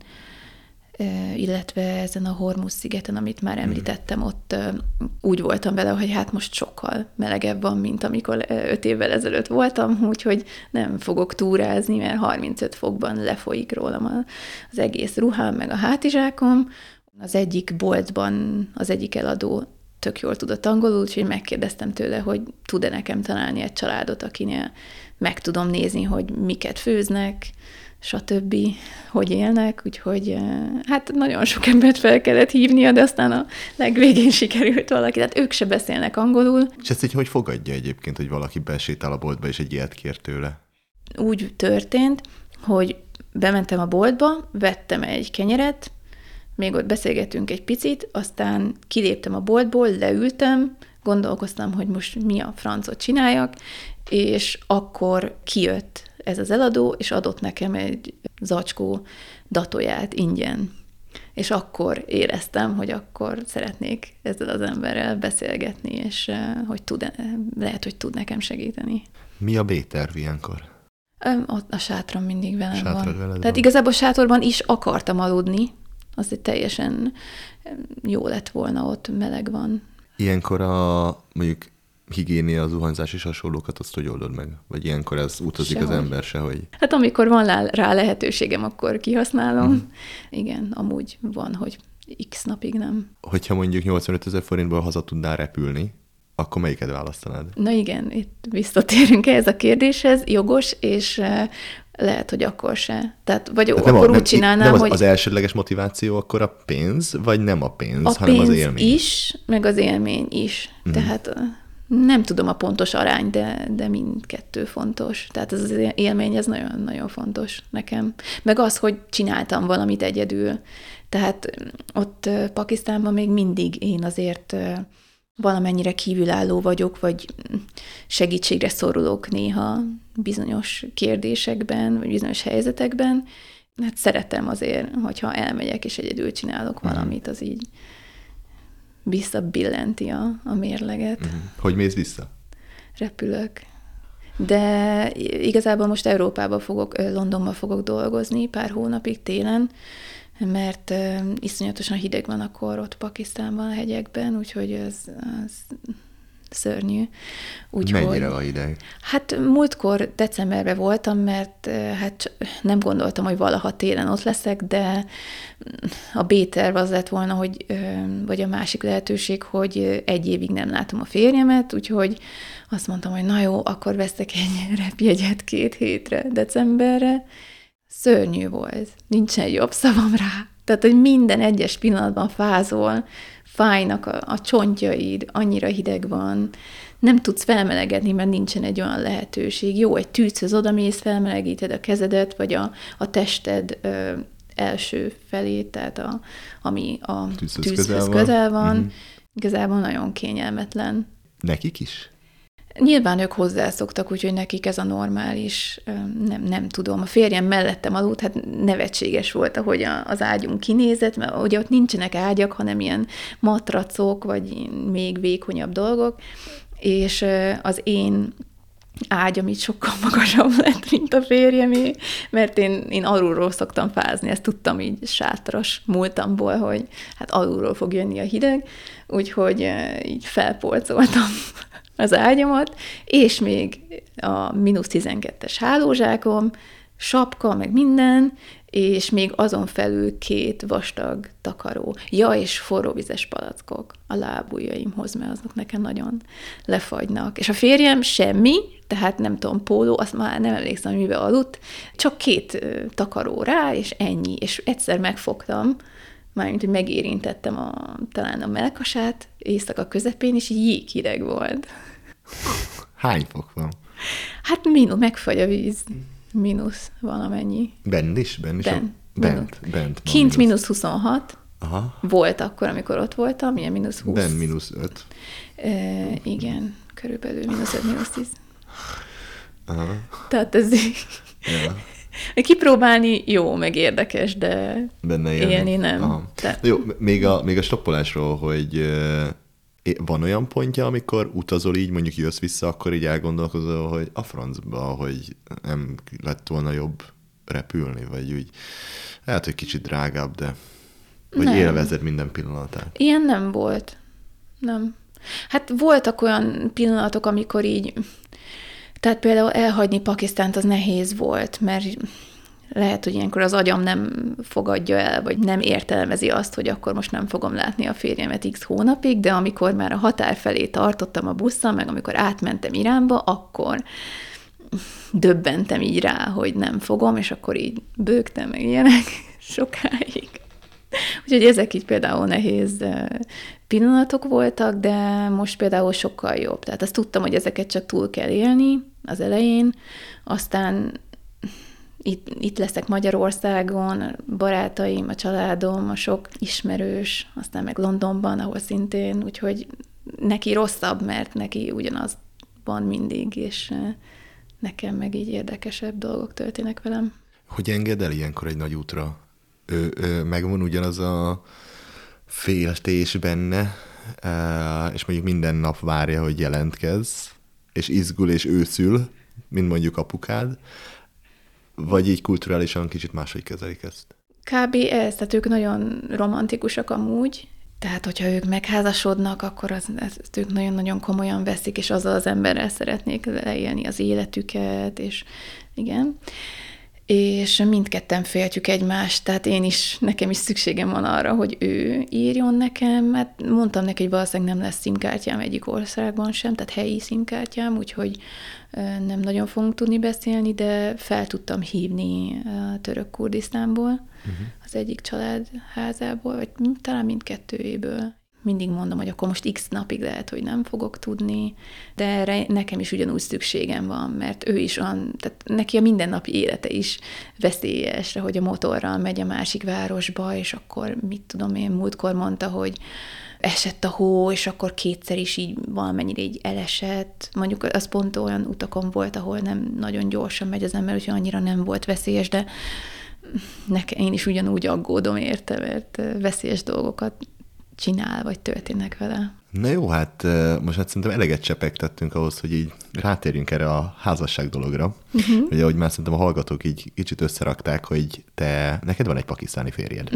illetve ezen a Hormuz-szigeten, amit már említettem, ott úgy voltam vele, hogy hát most sokkal melegebb van, mint amikor 5 évvel ezelőtt voltam, úgyhogy nem fogok túrázni, mert 35 fokban lefolyik rólam az egész ruhám, meg a hátizsákom. Az egyik boltban az egyik eladó tök jól tudott angolul, úgyhogy megkérdeztem tőle, hogy tud-e nekem találni egy családot, akinél meg tudom nézni, hogy miket főznek, stb., hogy élnek, úgyhogy hát nagyon sok embert fel kellett hívnia, de aztán a legvégén sikerült valaki. Tehát ők se beszélnek angolul. És ezt így hogy fogadja egyébként, hogy valaki besétál a boltba, és egy ilyet kér tőle? Úgy történt, hogy bementem a boltba, vettem egy kenyeret, még ott beszélgettünk egy picit, aztán kiléptem a boltból, leültem, gondolkoztam, hogy most mi a francot csináljak, és akkor kijött ez az eladó, és adott nekem egy zacskó datóját ingyen. És akkor éreztem, hogy akkor szeretnék ezzel az emberrel beszélgetni, és hogy lehet, hogy tud nekem segíteni. Mi a B-terv ilyenkor? Ott a sátram mindig velem Sátrad van. veled Tehát igazából sátorban is akartam aludni, az egy teljesen jó lett volna, ott meleg van. Ilyenkor mondjuk higiénia, zuhanyzás és hasonlókat, azt hogy oldod meg? Vagy ilyenkor ez utazik Sehogy. az ember sehogy? Hát amikor van rá lehetőségem, akkor kihasználom. Igen, amúgy van, hogy x napig nem. Hogyha mondjuk 85 000 forintból haza tudnál repülni, akkor melyiket választanád? Na igen, itt visszatérünk ehhez a kérdéshez, jogos, és lehet, hogy akkor se. Tehát, vagy Tehát akkor úgy csinálnám, nem hogy... az elsődleges motiváció akkor a pénz, vagy nem a pénz, a hanem pénz az élmény? is, meg az élmény is. Tehát nem tudom a pontos arány, de mindkettő fontos. Tehát ez az élmény, ez nagyon-nagyon fontos nekem. Meg az, hogy csináltam valamit egyedül. Tehát ott Pakisztánban még mindig én azért valamennyire kívülálló vagyok, vagy segítségre szorulok néha bizonyos kérdésekben, vagy bizonyos helyzetekben. Hát szeretem azért, hogyha elmegyek és egyedül csinálok valamit, az így visszabillenti a mérleget. Hogy mész vissza? Repülök. De igazából most Európában Londonban fogok dolgozni pár hónapig télen, mert iszonyatosan hideg van akkor ott Pakisztánban, a hegyekben, úgyhogy ez szörnyű. Mennyire van hideg? Hát múltkor decemberben voltam, mert hát nem gondoltam, hogy valaha télen ott leszek, de a B-terv az lett volna, hogy, vagy a másik lehetőség, hogy 1 évig nem látom a férjemet, úgyhogy azt mondtam, hogy na jó, akkor veszek egy repjegyet 2 hétre decemberre. Szörnyű volt. Nincsen jobb szavam rá. Tehát, hogy minden egyes pillanatban fázol, fájnak a csontjaid, annyira hideg van, nem tudsz felmelegedni, mert nincsen egy olyan lehetőség. Jó, egy tűzhöz odamész, felmelegíted a kezedet, vagy a tested első felét, tehát ami a tűzhöz közel van. Igazából nagyon kényelmetlen. Nekik is? Nyilván ők hozzászoktak, úgyhogy nekik ez a normális, nem tudom. A férjem mellettem aludt, hát nevetséges volt, ahogy az ágyunk kinézett, mert ugye ott nincsenek ágyak, hanem ilyen matracok, vagy még vékonyabb dolgok, és az én ágyam így sokkal magasabb lett, mint a férjemé, mert én alulról szoktam fázni, ezt tudtam így sátras múltamból, hogy hát alulról fog jönni a hideg, úgyhogy így felpolcoltam az ágyamat, és még a -12-es hálózsákom, sapka, meg minden, és még azon felül 2 vastag takaró. Ja, és forróvizes palackok a lábujjaimhoz, mert azok nekem nagyon lefagynak. És a férjem semmi, tehát nem tudom, póló, azt már nem emlékszem, hogy mivel aludt, csak 2 takaró rá, és ennyi. És egyszer megfogtam, mármint, hogy megérintettem talán a mellkasát, éjszaka közepén, és így jéghideg volt. Hány fok van? Hát megfagy a víz. Mínusz valamennyi. Bent is? Bent. Kint -26. Aha. Volt akkor, amikor ott voltam, ilyen -20. Bent -5. Igen, körülbelül -5, -10. Aha. Tehát ez így... Ja. Kipróbálni jó, meg érdekes, de benne élni nem. Jó, még a stoppolásról, hogy van olyan pontja, amikor utazol így, mondjuk jössz vissza, akkor így elgondolkozol, hogy a francba, hogy nem lett volna jobb repülni, vagy úgy lehet, hogy kicsit drágább, de vagy nem. Élvezed minden pillanatát. Ilyen nem volt. Nem. Hát voltak olyan pillanatok, amikor így, tehát például elhagyni Pakisztánt az nehéz volt, mert lehet, hogy ilyenkor az agyam nem fogadja el, vagy nem értelmezi azt, hogy akkor most nem fogom látni a férjemet x hónapig, de amikor már a határ felé tartottam a busszal, meg amikor átmentem Iránba, akkor döbbentem így rá, hogy nem fogom, és akkor így bőgtem meg ilyenek sokáig. Úgyhogy ezek így például nehéz pillanatok voltak, de most például sokkal jobb. Tehát azt tudtam, hogy ezeket csak túl kell élni az elején, aztán itt leszek Magyarországon, a barátaim, a családom, a sok ismerős, aztán meg Londonban, ahol szintén, úgyhogy neki rosszabb, mert neki ugyanaz van mindig, és nekem meg így érdekesebb dolgok történnek velem. Hogy enged el ilyenkor egy nagy útra? Megvan ugyanaz a féltés benne, és mondjuk minden nap várja, hogy jelentkezz, és izgul és őszül, mint mondjuk apukád, vagy így kulturálisan kicsit máshogy kezelik ezt? Kb. Ez, tehát ők nagyon romantikusak amúgy, tehát hogyha ők megházasodnak, akkor ezt ők nagyon-nagyon komolyan veszik, és azzal az emberrel szeretnék leélni az életüket, és igen. És mindketten féltjük egymást, tehát nekem is szükségem van arra, hogy ő írjon nekem, mert mondtam neki, hogy valószínűleg nem lesz SIM-kártyám egyik országban sem, tehát helyi SIM-kártyám, úgyhogy nem nagyon fogunk tudni beszélni, de fel tudtam hívni török Kurdisztánból, az egyik család házából, vagy talán mindkettőjéből. Mindig mondom, hogy akkor most x napig lehet, hogy nem fogok tudni, de erre nekem is ugyanúgy szükségem van, mert ő is tehát neki a mindennapi élete is veszélyes, hogy a motorral megy a másik városba, és akkor mit tudom én, múltkor mondta, hogy esett a hó, és akkor kétszer is így valamennyire így elesett. Mondjuk az pont olyan utakon volt, ahol nem nagyon gyorsan megy az ember, úgyhogy annyira nem volt veszélyes, de én is ugyanúgy aggódom érte, mert veszélyes dolgokat csinál, vagy történnek vele. Na jó, hát most hát szerintem eleget csepegtettünk ahhoz, hogy így rátérjünk erre a házasság dologra. Ugye, ahogy már szerintem a hallgatók így kicsit összerakták, hogy neked van egy pakisztáni férjed.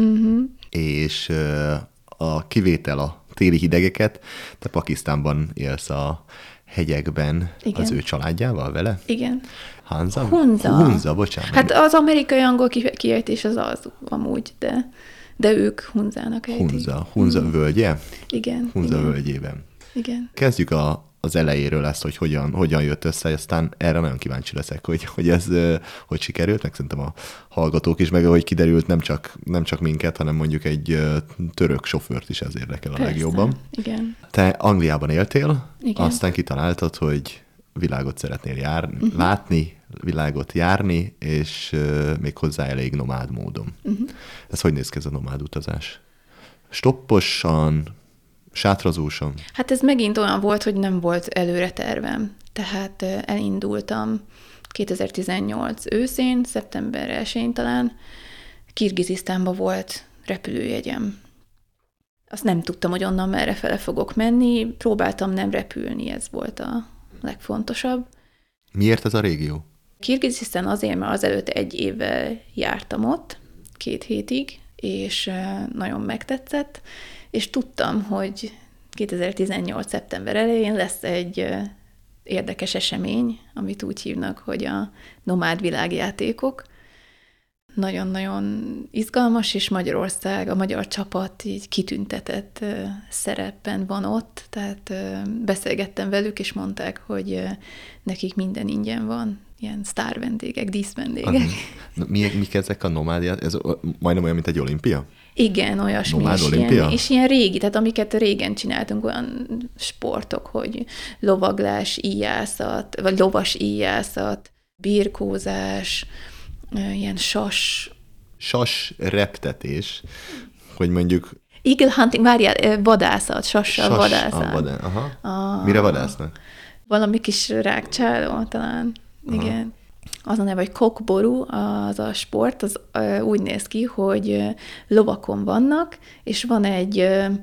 És a kivétel a téli hidegeket, te Pakisztánban élsz a hegyekben. Igen. Az ő családjával vele? Igen. Hunza, bocsánat. Hát az amerikai angol kiejtés az amúgy, de ők Hunzának ejtik. Hunza völgye? Igen. Hunza völgyében. Igen. Kezdjük az elejéről ezt, hogy hogyan jött össze, aztán erre nagyon kíváncsi leszek, hogy ez hogy sikerült, meg szerintem a hallgatók is, meg ahogy kiderült, nem csak minket, hanem mondjuk egy török sofőrt is ez érdekel a legjobban. Igen. Te Angliában éltél, igen. Aztán kitaláltad, hogy világot szeretnél látni, világot járni, és még hozzá elég nomád módon. Ez hogy néz ki ez a nomád utazás? Stopposan, sátrazósan? Hát ez megint olyan volt, hogy nem volt előre tervem. Tehát elindultam 2018 őszén, szeptember 1-én talán, Kirgizisztánba volt repülőjegyem. Azt nem tudtam, hogy onnan merrefele fogok menni, próbáltam nem repülni, ez volt a legfontosabb. Miért ez a régió? Kirgizisztán azért, mert azelőtt 1 évvel jártam ott, 2 hétig, és nagyon megtetszett, és tudtam, hogy 2018. szeptember elején lesz egy érdekes esemény, amit úgy hívnak, hogy a nomád világjátékok. Nagyon-nagyon izgalmas, és Magyarország, a magyar csapat így kitüntetett szerepben van ott, tehát beszélgettem velük, és mondták, hogy nekik minden ingyen van, ilyen sztárvendégek, díszvendégek. Mik ezek a nomád? Ez majdnem olyan, mint egy olimpia? Igen, olyasmi. Nomád olimpia? És ilyen régi, tehát amiket régen csináltunk, olyan sportok, hogy lovaglás, íjászat, vagy lovas íjászat, birkózás, ilyen sas reptetés, hogy mondjuk... Eagle hunting, várjál, vadászat, sassal vadászat. Mire vadásznak? Valami kis rákcsáló talán, igen. az a neve, hogy kokboru, az a sport, az úgy néz ki, hogy lovakon vannak, és van egy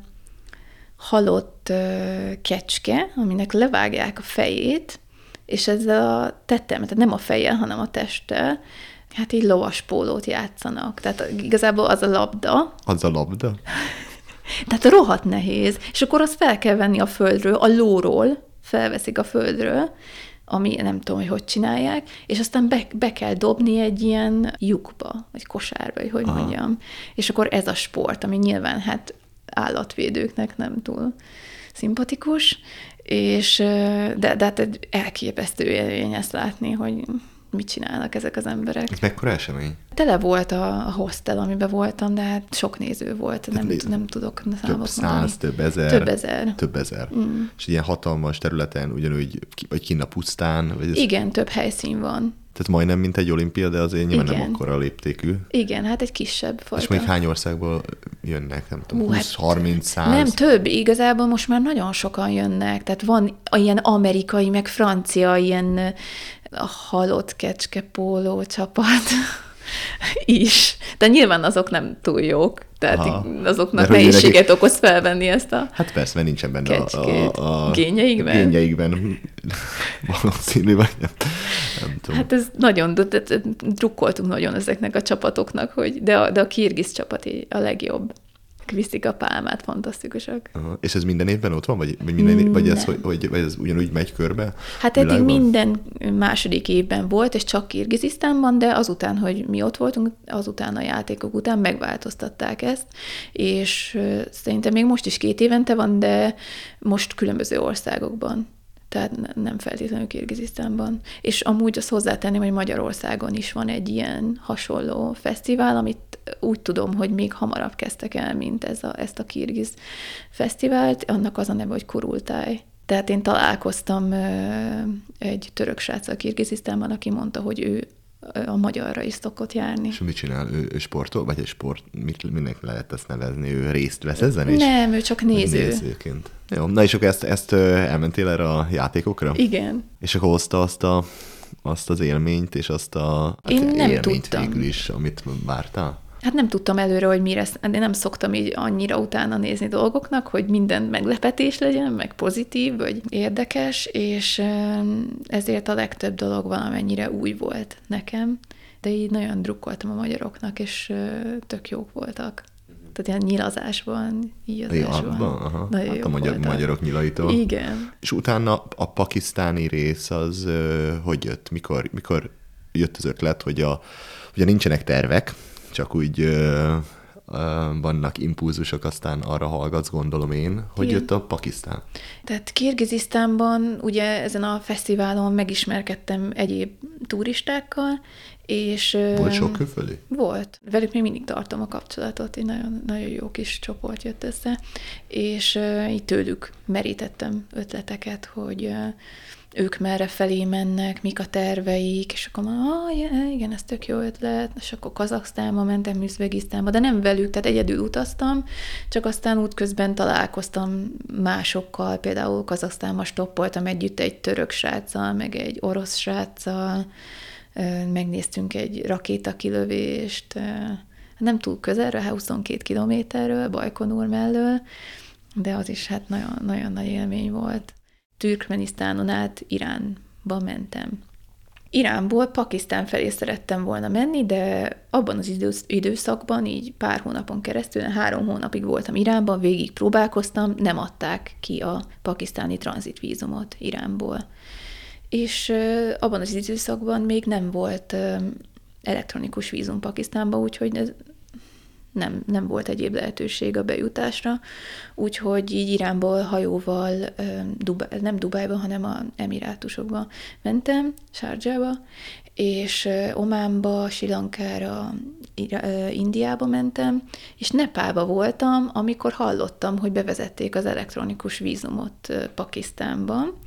halott kecske, aminek levágják a fejét, és ezzel a tettem, tehát nem a fejjel, hanem a testtel, hát így lovaspólót játszanak. Tehát igazából az a labda. Az a labda? Tehát rohadt nehéz. És akkor azt fel kell venni a földről, a lóról felveszik a földről, ami nem tudom, hogy csinálják, és aztán be kell dobni egy ilyen lyukba, vagy kosárba, vagy hogy mondjam. És akkor ez a sport, ami nyilván hát állatvédőknek nem túl szimpatikus, és, de hát egy elképesztő élmény ezt látni, hogy mit csinálnak ezek az emberek. Ez mekkora esemény? Tele volt a hostel, amiben voltam, de hát sok néző volt, nem tudok számot mondani. Több ezer. Több ezer. Mm. És ilyen hatalmas területen, ugyanúgy, vagy kinn a pusztán? Vagy ez... Igen, több helyszín van. Tehát majdnem, mint egy olimpia, de azért nyilván nem akkora léptékű. Igen, hát egy kisebb fajta. És még hány országból jönnek? Nem tudom, 20, 30, 100? Nem, több. Igazából most már nagyon sokan jönnek. Tehát van ilyen amerikai, meg francia ilyen halott kecskepóló csapat is. De nyilván azok nem túl jók. Tehát azoknak nehézséget okoz felvenni ezt a hát persze, mert nincsen benne a génjeikben valószínű, vagy nem tudom. Hát ez nagyon, drukkoltunk nagyon ezeknek a csapatoknak, de a kirgiz csapat a legjobb. Viszik a pálmát, fantasztikusak. És ez minden évben ott van? Vagy ez ugyanúgy megy körbe? Hát eddig minden második évben volt, és csak Kirgizisztánban, de azután, hogy mi ott voltunk, azután a játékok után megváltoztatták ezt, és szerintem még most is 2 évente van, de most különböző országokban. Tehát nem feltétlenül Kirgizisztánban. És amúgy azt hozzátenném, hogy Magyarországon is van egy ilyen hasonló fesztivál, amit úgy tudom, hogy még hamarabb kezdtek el, mint ezt a kirgiz fesztivált. Annak az a neve, hogy Kurultáj. Tehát én találkoztam egy török sráccal Kirgizisztánban, aki mondta, hogy ő a magyarra is szokott járni. És mit csinál? Ő sportol? Vagy egy sport? Mindenki lehet ezt nevezni? Ő részt vesz ezen is? Nem, ő csak néző. Nézőként. Jó, na és akkor ezt elmentél erre a játékokra? Igen. És akkor hozta azt az élményt, és azt a én nem élményt tudtam. Végül is, amit vártál? Hát nem tudtam előre, hogy mire, én nem szoktam így annyira utána nézni dolgoknak, hogy minden meglepetés legyen, meg pozitív, vagy érdekes, és ezért a legtöbb dolog valamennyire új volt nekem, de így nagyon drukkoltam a magyaroknak, és tök jók voltak. Tehát ilyen nyilazásban, íjazásban. Nagyon hát a magyarok nyilaitól. Igen. És utána a pakisztáni rész az hogy jött? Mikor jött az ötlet, hogy ugye nincsenek tervek, csak úgy vannak impulzusok, aztán arra hallgatsz, gondolom én, hogy jött a Pakisztán. Tehát Kirgizisztánban ugye ezen a fesztiválon megismerkedtem egyéb turistákkal, és... Volt sok külföldi? Volt. Velük még mindig tartom a kapcsolatot, egy nagyon, nagyon jó kis csoport jött össze, és így tőlük merítettem ötleteket, hogy ők merre felé mennek, mik a terveik, és akkor mondom, igen, ez tök jó ötlet, és akkor Kazaksztánba mentem, Üzbegisztánba, de nem velük, tehát egyedül utaztam, csak aztán útközben találkoztam másokkal, például Kazaksztánban stoppoltam együtt egy török sráccal, meg egy orosz sráccal, megnéztünk egy rakétakilövést, nem túl közelről, 22 kilométerről, Bajkonur mellől, de az is hát nagyon, nagyon nagy élmény volt. Türkmenisztánon át Iránba mentem. Iránból Pakisztán felé szerettem volna menni, de abban az időszakban, így pár hónapon keresztül, 3 hónapig voltam Iránban, végig próbálkoztam, nem adták ki a pakisztáni tranzitvízumot Iránból. És abban az időszakban még nem volt elektronikus vízum Pakisztánban, úgyhogy ez nem volt egyéb lehetőség a bejutásra, úgyhogy így Iránból hajóval, nem Dubájba, hanem az Emirátusokba mentem, Sharjába, és Ománba, Sri Lankára, Indiába mentem, és Nepálba voltam, amikor hallottam, hogy bevezették az elektronikus vízumot Pakisztánban,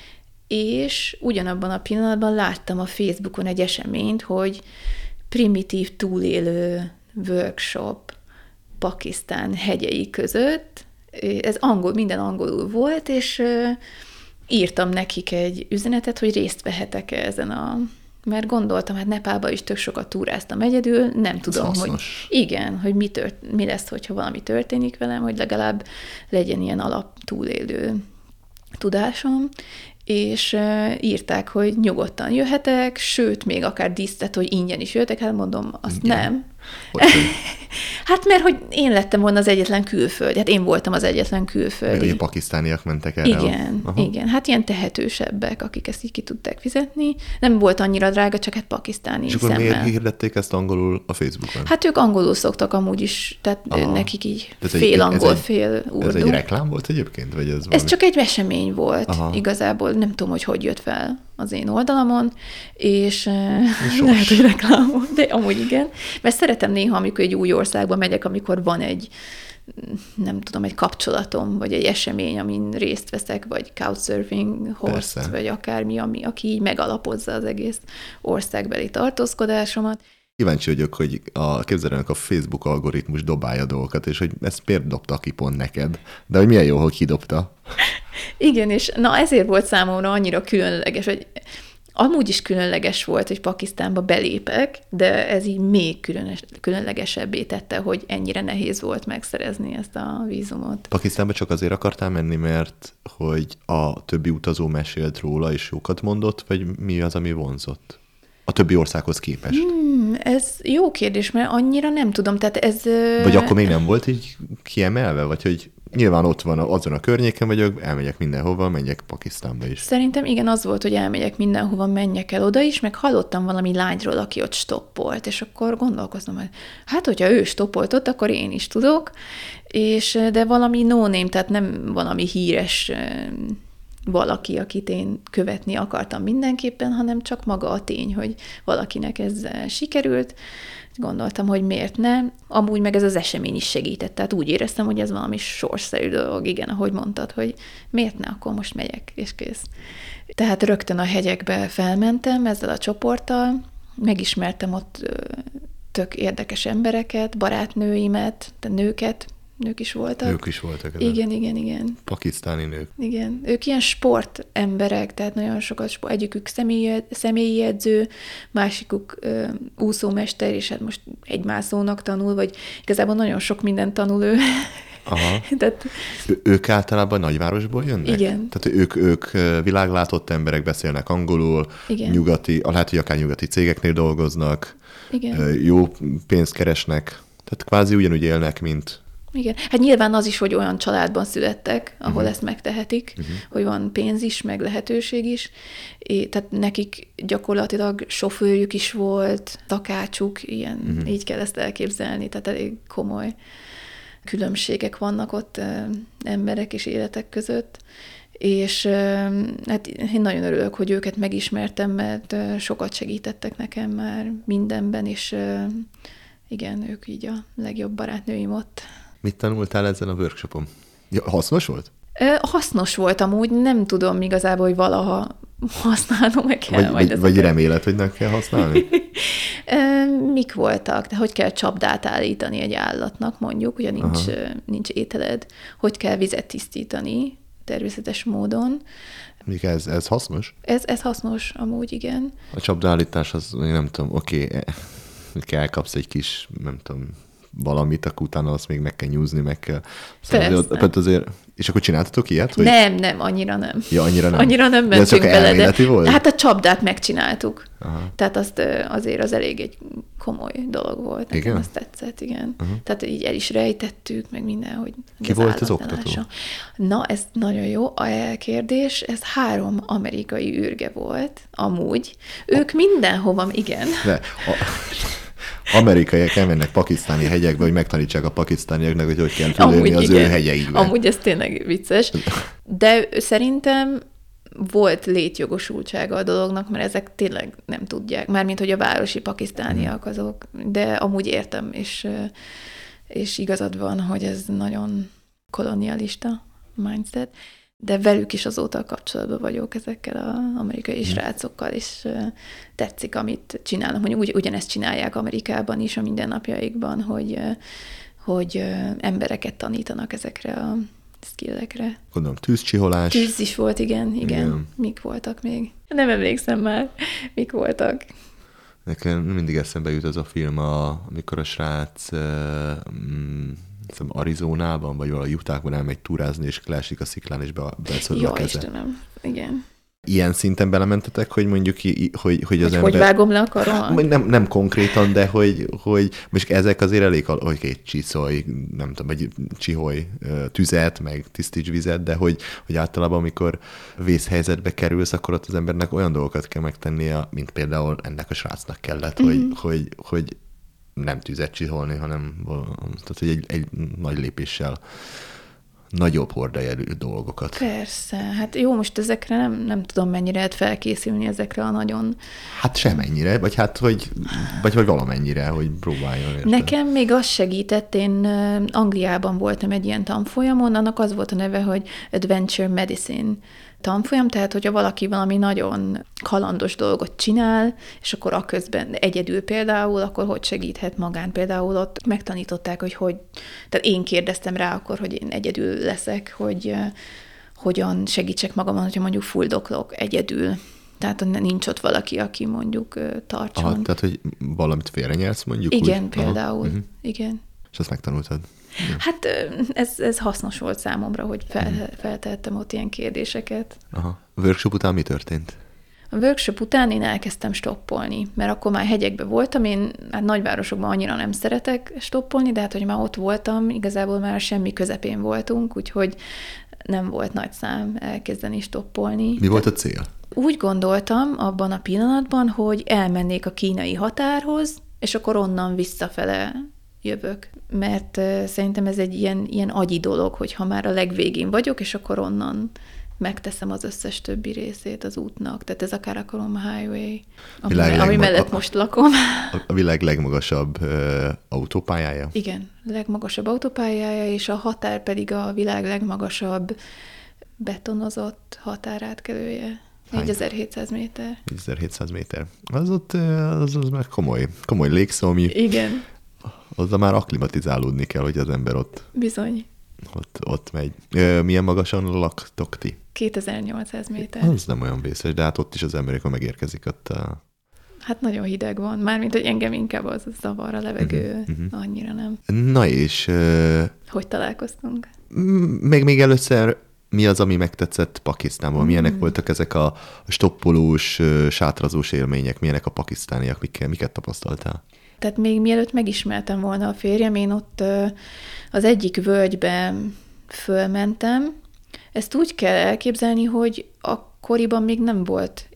és ugyanabban a pillanatban láttam a Facebookon egy eseményt, hogy primitív túlélő workshop Pakisztán hegyei között. Ez minden angolul volt, és írtam nekik egy üzenetet, hogy részt vehetek ezen a Mert gondoltam, hát Nepálba is tök sokat túráztam egyedül, nem tudom, hogy igen, hogy mi lesz, hogyha valami történik velem, hogy legalább legyen ilyen alap túlélő tudásom, és írták, hogy nyugodtan jöhetek, sőt, még akár díszlet, hogy ingyen is jöhetek, hát mondom, azt igen. Nem. Hát mert hogy én lettem volna az egyetlen külföldi, hát én voltam az egyetlen külföldi. A pakisztániak mentek erre. Igen, hát ilyen tehetősebbek, akik ezt így ki tudták fizetni. Nem volt annyira drága, csak hát pakisztáni szemmel. És akkor miért hirdették ezt angolul a Facebookon? Hát ők angolul szoktak amúgy is, tehát nekik így fél angol, fél urdu. Ez egy reklám volt egyébként? Vagy ez csak egy esemény volt. Igazából nem tudom, hogy jött fel az én oldalamon, és lehet, hogy reklám volt, de amúgy igen. Mert szeretem néha, amikor egy új országba megyek, amikor van egy, nem tudom, egy kapcsolatom, vagy egy esemény, amin részt veszek, vagy couchsurfing host, vagy akármi, aki így megalapozza az egész országbeli tartózkodásomat. Kíváncsi vagyok, hogy képzeljenek a Facebook algoritmus dobálja dolgokat, és hogy ezt miért dobta ki pont neked, de hogy milyen jó, hogy kidobta. Igen, és na ezért volt számomra annyira különleges, hogy amúgy is különleges volt, hogy Pakisztánba belépek, de ez így még különlegesebbé tette, hogy ennyire nehéz volt megszerezni ezt a vízumot. Pakisztánba csak azért akartál menni, mert hogy a többi utazó mesélt róla, és jókat mondott, vagy mi az, ami vonzott? A többi országhoz képest? Ez jó kérdés, mert annyira nem tudom, tehát ez... Vagy akkor még nem volt így kiemelve, vagy hogy nyilván ott van azon a környéken vagyok, elmegyek mindenhova, menjek Pakisztánba is. Szerintem igen, az volt, hogy elmegyek mindenhova, menjek el oda is, meg hallottam valami lányról, aki ott stoppolt, és akkor gondolkoztam, hogy hát, hogyha ő stoppolt ott, akkor én is tudok, de valami no-name, tehát nem valami híres valaki, akit én követni akartam mindenképpen, hanem csak maga a tény, hogy valakinek ez sikerült. Gondoltam, hogy miért ne. Amúgy meg ez az esemény is segített. Tehát úgy éreztem, hogy ez valami sorsszerű dolog. Igen, ahogy mondtad, hogy miért ne, akkor most megyek, és kész. Tehát rögtön a hegyekbe felmentem ezzel a csoporttal, megismertem ott tök érdekes embereket, barátnőimet, nők is voltak. Nők is voltak. Igen. Pakisztáni nők. Igen. Ők ilyen sportemberek, tehát nagyon sokat egyikük személyi edző, másikuk úszómester, és hát most egymászónak tanul, vagy igazából nagyon sok mindent tanul ő. Aha. Tehát... Ők általában nagyvárosból jönnek? Igen. Tehát ők világlátott emberek, beszélnek angolul, igen. Nyugati, lehet, hogy akár nyugati cégeknél dolgoznak, igen. Jó pénzt keresnek, tehát kvázi ugyanúgy élnek, mint... Igen. Hát nyilván az is, hogy olyan családban születtek, ahol ezt megtehetik, hogy van pénz is, meg lehetőség is. Tehát nekik gyakorlatilag sofőrjük is volt, takácsuk, ilyen, így kell ezt elképzelni, tehát elég komoly különbségek vannak ott emberek és életek között. És hát én nagyon örülök, hogy őket megismertem, mert sokat segítettek nekem már mindenben, és igen, ők így a legjobb barátnőim ott. Mit tanultál ezen a workshopon? Ja, hasznos volt? Hasznos volt amúgy, nem tudom igazából, hogy valaha használnom kell. Vagy remélet, hogy nem kell használni? Mik voltak? De hogy kell csapdát állítani egy állatnak, mondjuk, ugye nincs ételed, hogy kell vizet tisztítani természetes módon. Ez hasznos? Ez hasznos amúgy, igen. A csapdaállítás az, nem tudom, oké, elkapsz egy kis, nem tudom, valamit, akkor utána azt még meg kell nyúzni, meg kell... Azért, és akkor csináltatok ilyet? Hogy... Nem, annyira nem. Ja, annyira nem. Annyira nem mentünk bele, de volt? Hát a csapdát megcsináltuk. Aha. Tehát azt azért az elég egy komoly dolog volt. Nekem igen? Azt tetszett, igen. Tehát így el is rejtettük, meg minden, hogy... Ki volt az oktató? Na, ez nagyon jó a kérdés. Ez 3 amerikai űrge volt, amúgy. Ők mindenhova, igen. Amerikaiak elmennek pakisztáni hegyekbe, hogy megtanítsák a pakisztániaknak, hogy kell túlélni az ő hegyeikbe. Amúgy ez tényleg vicces. De szerintem volt létjogosultsága a dolognak, mert ezek tényleg nem tudják. Mármint, hogy a városi pakisztániak azok. De amúgy értem, és igazad van, hogy ez nagyon kolonialista mindset. De velük is azóta kapcsolatban vagyok ezekkel az amerikai srácokkal, és tetszik, amit csinálnak. Mondjuk ugyanezt csinálják Amerikában is a mindennapjaikban, hogy embereket tanítanak ezekre a skillekre. Gondolom tűzcsiholás. Tűz is volt, igen. Mik voltak még? Nem emlékszem már, mik voltak. Nekem mindig eszembe jut az a film, amikor a srác Arizonában, vagy valahol Utahban elmegy túrázni, és leesik a sziklán, és beszorul a keze. Istenem, igen. Ilyen szinten belementetek, hogy mondjuk, hogy az ember... Hogy vágom le a karomat? Nem konkrétan, de hogy most ezek azért elég, hogy egy csiszolj, nem tudom, egy csiholj tüzet, meg tisztíts vizet, de hogy általában, amikor vészhelyzetbe kerülsz, akkor ott az embernek olyan dolgokat kell megtennie, mint például ennek a srácnak kellett, hogy nem tüzet csiholni, hanem tehát, hogy egy nagy lépéssel nagyobb horderejű dolgokat. Persze. Hát jó, most ezekre nem tudom, mennyire lehet felkészülni ezekre a nagyon... Hát semennyire, vagy vagy valamennyire, hogy próbáljon. Érted? Nekem még az segített, én Angliában voltam egy ilyen tanfolyamon, annak az volt a neve, hogy Adventure Medicine tanfolyam, tehát hogyha valaki valami nagyon kalandos dolgot csinál, és akkor aközben egyedül például, akkor hogy segíthet magán. Például ott megtanították, hogy tehát én kérdeztem rá akkor, hogy én egyedül leszek, hogy hogyan segítsek magamon, hogyha mondjuk fuldoklok egyedül. Tehát nincs ott valaki, aki mondjuk tartson. Aha, tehát, hogy valamit félrenyelsz mondjuk? Igen, úgy? például. Igen. És azt megtanultad? Hát ez hasznos volt számomra, hogy feltettem ott ilyen kérdéseket. Aha. A workshop után mi történt? A workshop után én elkezdtem stoppolni, mert akkor már hegyekben voltam, én hát nagyvárosokban annyira nem szeretek stoppolni, de hát, hogy már ott voltam, igazából már semmi közepén voltunk, úgyhogy nem volt nagy szám elkezdeni stoppolni. Mi volt a cél? Úgy gondoltam abban a pillanatban, hogy elmennék a kínai határhoz, és akkor onnan visszafele jövök. Mert szerintem ez egy ilyen agyi dolog, hogy ha már a legvégén vagyok, és akkor onnan megteszem az összes többi részét az útnak. Tehát ez a Karakoram Highway, ami mellett most lakom. A világ legmagasabb autópályája? Igen, legmagasabb autópályája, és a határ pedig a világ legmagasabb betonozott határátkelője. 4700 méter. 4700 méter. Az ott az már komoly légszómi. Igen. Azzal már akklimatizálódni kell, hogy az ember ott... Bizony. Ott megy. Milyen magasan laktok ti? 2800 méter. Az nem olyan vészes, de hát ott is az emberek, ha megérkezik ott Hát nagyon hideg van. Mármint, hogy engem inkább az zavar a levegő. Annyira nem. Na és... Hogy találkoztunk? Még először mi az, ami megtetszett Pakisztánban? Milyenek voltak ezek a stoppolós, sátrazós élmények? Milyenek a pakisztániak? Miket tapasztaltál? Tehát még mielőtt megismertem volna a férjem, én ott az egyik völgybe fölmentem. Ezt úgy kell elképzelni, hogy akkoriban még nem volt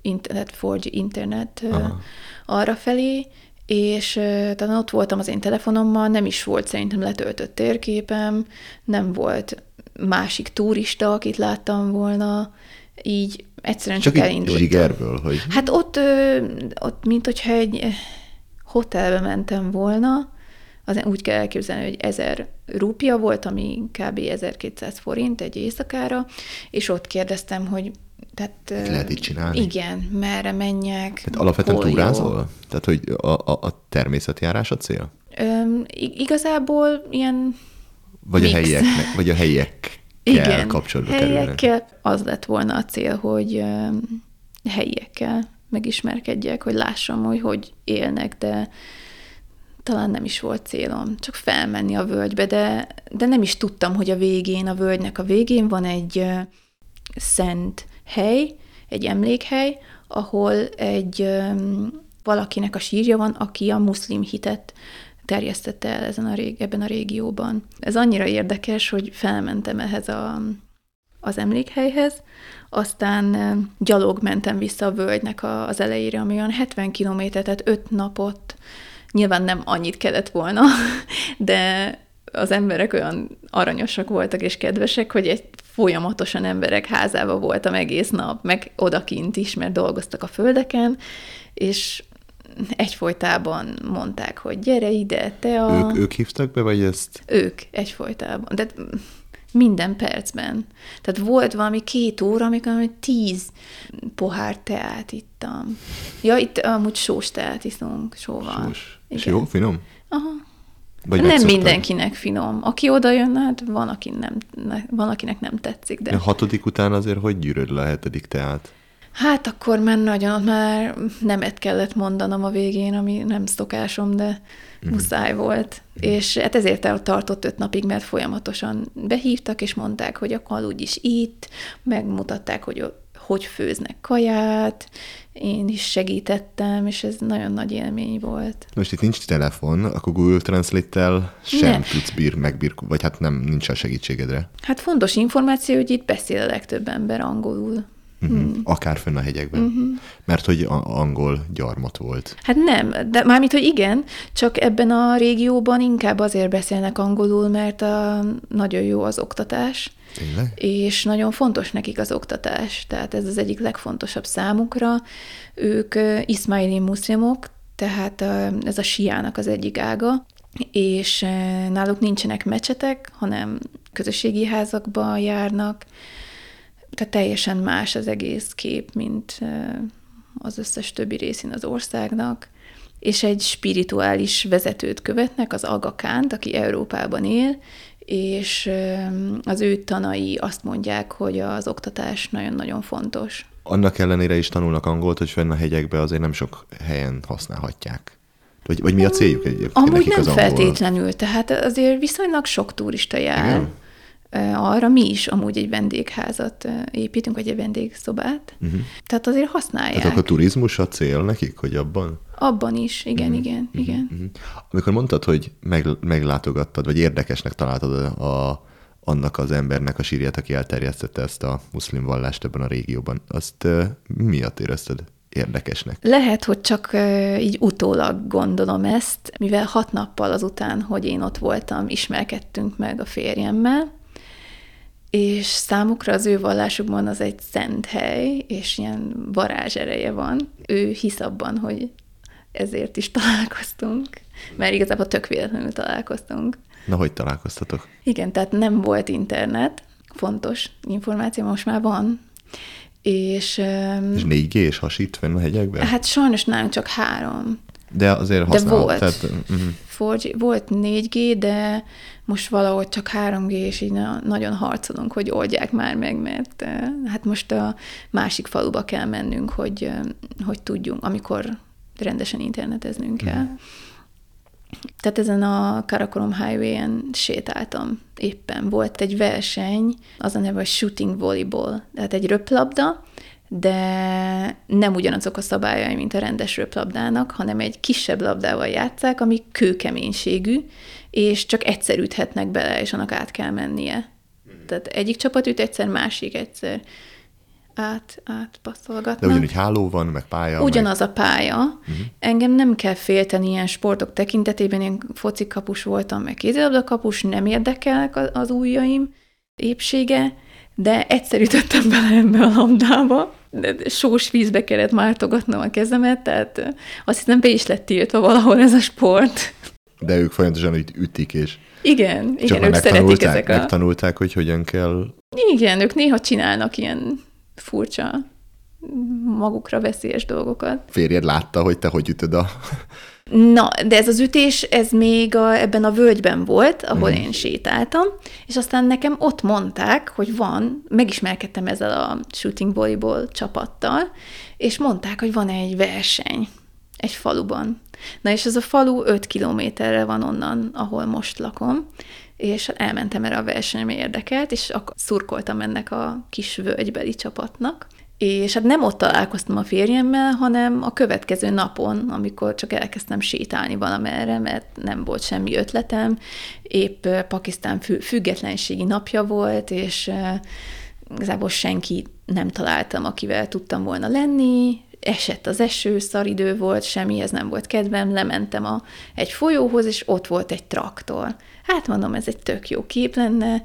internet arrafelé, és talán ott voltam az én telefonommal, nem is volt szerintem letöltött térképem, nem volt másik turista, akit láttam volna, így egyszerűen csak elindultam. Csak zsigerből, hogy... Hát ott mint hogyha egy hotelbe mentem volna, úgy kell elképzelni, hogy 1000 rúpia volt, ami kb. 1200 forint egy éjszakára, és ott kérdeztem, hogy tehát, lehet így csinálni? Igen, merre menjek. Tehát alapvetően túrázol? Tehát, hogy a természetjárás a cél? Igazából ilyen vagy a helyiekkel kapcsolatba kerülnek. Helyiekkel az lett volna a cél, hogy helyiekkel megismerkedjek, hogy lássam, hogy élnek, de talán nem is volt célom, csak felmenni a völgybe, de nem is tudtam, hogy a völgynek a végén van egy szent hely, egy emlékhely, ahol egy valakinek a sírja van, aki a muszlim hitet terjesztette el ebben a régióban. Ez annyira érdekes, hogy felmentem ehhez az emlékhelyhez, aztán gyalog mentem vissza a völgynek az elejére, ami olyan 70 kilométer, tehát 5 napot, nyilván nem annyit kellett volna, de az emberek olyan aranyosak voltak és kedvesek, hogy folyamatosan emberek házába voltam egész nap, meg odakint is, mert dolgoztak a földeken, és egyfolytában mondták, hogy gyere ide, te Ők hívtak be, vagy ezt? Ők egyfolytában. De minden percben. Tehát volt valami 2 óra, amikor 10 pohár teát ittam. Ja, itt amúgy sós teát iszunk, sóval. Sós. És jó, finom? Aha. Vagy nem megszoktad? mindenkinek finom. Aki oda jön, hát van, akinek nem tetszik. De... A 6. után azért hogy gyűröd le a 7. teát? Hát akkor már nemet kellett mondanom a végén, ami nem szokásom, de muszáj volt. És hát ezért tartott 5 napig, mert folyamatosan behívtak, és mondták, hogy akkor aludj is itt, megmutatták, hogy főznek kaját, én is segítettem, és ez nagyon nagy élmény volt. Most itt nincs telefon, akkor Google Translate-tel sem Nem. tudsz vagy hát nincs a segítségedre. Hát fontos információ, hogy itt beszél a legtöbb ember angolul. Akár fönn a hegyekben. Mert hogy angol gyarmat volt. Hát nem, de mármint, hogy igen, csak ebben a régióban inkább azért beszélnek angolul, mert nagyon jó az oktatás, Tényleg? és nagyon fontos nekik az oktatás. Tehát ez az egyik legfontosabb számukra. Ők iszmaili muszlimok, tehát ez a siának az egyik ága, és náluk nincsenek mecsetek, hanem közösségi házakba járnak, tehát teljesen más az egész kép, mint az összes többi részén az országnak, és egy spirituális vezetőt követnek, az Aga Kánt, aki Európában él, és az ő tanai azt mondják, hogy az oktatás nagyon-nagyon fontos. Annak ellenére is tanulnak angolt, hogy fenn a hegyekben azért nem sok helyen használhatják. Vagy mi a céljuk egyébként Amúgy nekik nem az angol? feltétlenül, tehát azért viszonylag sok turista jár. Igen? Arra mi is amúgy egy vendégházat építünk, vagy egy vendégszobát. Tehát azért használják. Tehát akkor a turizmus a cél nekik, hogy abban? Abban is, igen. Amikor mondtad, hogy meglátogattad, vagy érdekesnek találtad annak az embernek a sírját, aki elterjesztette ezt a muszlim vallást ebben a régióban, azt miatt érezted érdekesnek? Lehet, hogy csak így utólag gondolom ezt, mivel 6 nappal azután, hogy én ott voltam, ismerkedtünk meg a férjemmel, és számukra az ő vallásukban az egy szent hely, és ilyen varázsereje van. Ő hisz abban, hogy ezért is találkoztunk, mert igazából tök véletlenül találkoztunk. Na, hogy találkoztatok? Igen, tehát nem volt internet, fontos információ most már van, és 4G és hasít fenn a hegyekben? hát sajnos nálunk csak 3. De azért használod. volt. Tehát, 4G, volt 4G, de most valahogy csak 3G, és így nagyon harcolunk, hogy oldják már meg, mert hát most a másik faluba kell mennünk, hogy tudjunk, amikor rendesen interneteznünk kell. Tehát ezen a Karakorum Highway-en sétáltam éppen. Volt egy verseny, az a neve, hogy Shooting Volleyball, tehát egy röplabda, de nem ugyanazok a szabályai, mint a rendes röplabdának, hanem egy kisebb labdával játsszák, ami kőkeménységű, és csak egyszer üthetnek bele, és annak át kell mennie. Tehát egyik csapat üt egyszer, másik egyszer átpasszolgatnak. de ugyanúgy háló van, meg pálya. Ugyanaz a pálya. Engem nem kell félteni ilyen sportok tekintetében, én focikapus voltam, meg kézilabdakapus, nem érdekelnek az ujjaim épsége, de egyszer ütöttem bele ebbe a labdába, de sós vízbe kellett mártogatnom a kezemet, tehát azt hiszem be is lett tiltva valahol ez a sport. De ők folyamatosan úgy ütik, és Igen, csak ők szeretik ezek megtanulták, hogy hogyan kell. Igen, ők néha csinálnak ilyen furcsa, magukra veszélyes dolgokat. Férjed látta, hogy te hogy ütöd Na, de ez az ütés, ez még ebben a völgyben volt, ahol én sétáltam, és aztán nekem ott mondták, hogy megismerkedtem ezzel a shooting volleyball csapattal, és mondták, hogy van egy verseny egy faluban. Na, és ez a falu 5 kilométerre van onnan, ahol most lakom, és elmentem erre a versenyre, érdekelt, és akkor szurkoltam ennek a kis völgybeli csapatnak. És hát nem ott találkoztam a férjemmel, hanem a következő napon, amikor csak elkezdtem sétálni valamerre, mert nem volt semmi ötletem. Épp Pakisztán függetlenségi napja volt, és igazából senki nem találtam, akivel tudtam volna lenni. Esett az eső, szaridő volt, semmihez nem volt kedvem, lementem egy folyóhoz, és ott volt egy traktor. Hát mondom, ez egy tök jó kép lenne.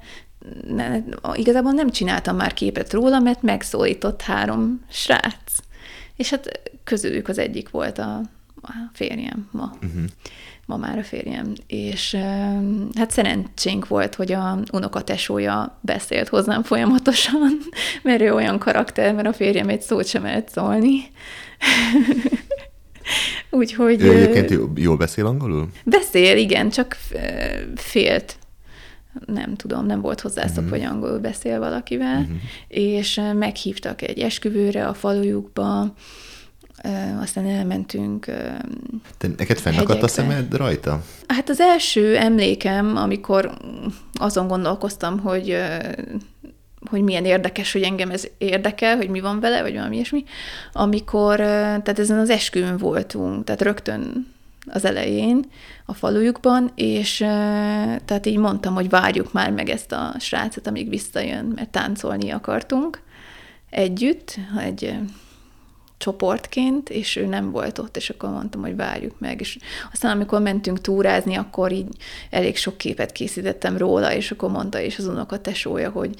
Igazából nem csináltam már képet róla, mert megszólított 3 srác. És hát közülük az egyik volt a férjem ma. Ma már a férjem. És hát szerencsénk volt, hogy a unokatesója beszélt hozzám folyamatosan, mert ő olyan karakter, mert a férjem egy szót sem lehet szólni. Úgyhogy... Ő egyébként jól beszél angolul? Beszél, igen, csak félt. Nem tudom, nem volt hozzászokva, hogy angolul beszél valakivel, és meghívtak egy esküvőre a falujukba, aztán elmentünk Te neked fennakadt a szemed rajta? Hát az első emlékem, amikor azon gondolkoztam, hogy milyen érdekes, hogy engem ez érdekel, hogy mi van vele, vagy valami ilyesmi, amikor, tehát ezen az esküvőn voltunk, tehát rögtön az elején a falujukban, és tehát így mondtam, hogy várjuk már meg ezt a srácot, amíg visszajön, mert táncolni akartunk együtt, egy csoportként, és ő nem volt ott, és akkor mondtam, hogy várjuk meg. És aztán, amikor mentünk túrázni, akkor így elég sok képet készítettem róla, és akkor mondta is az unokatesója, hogy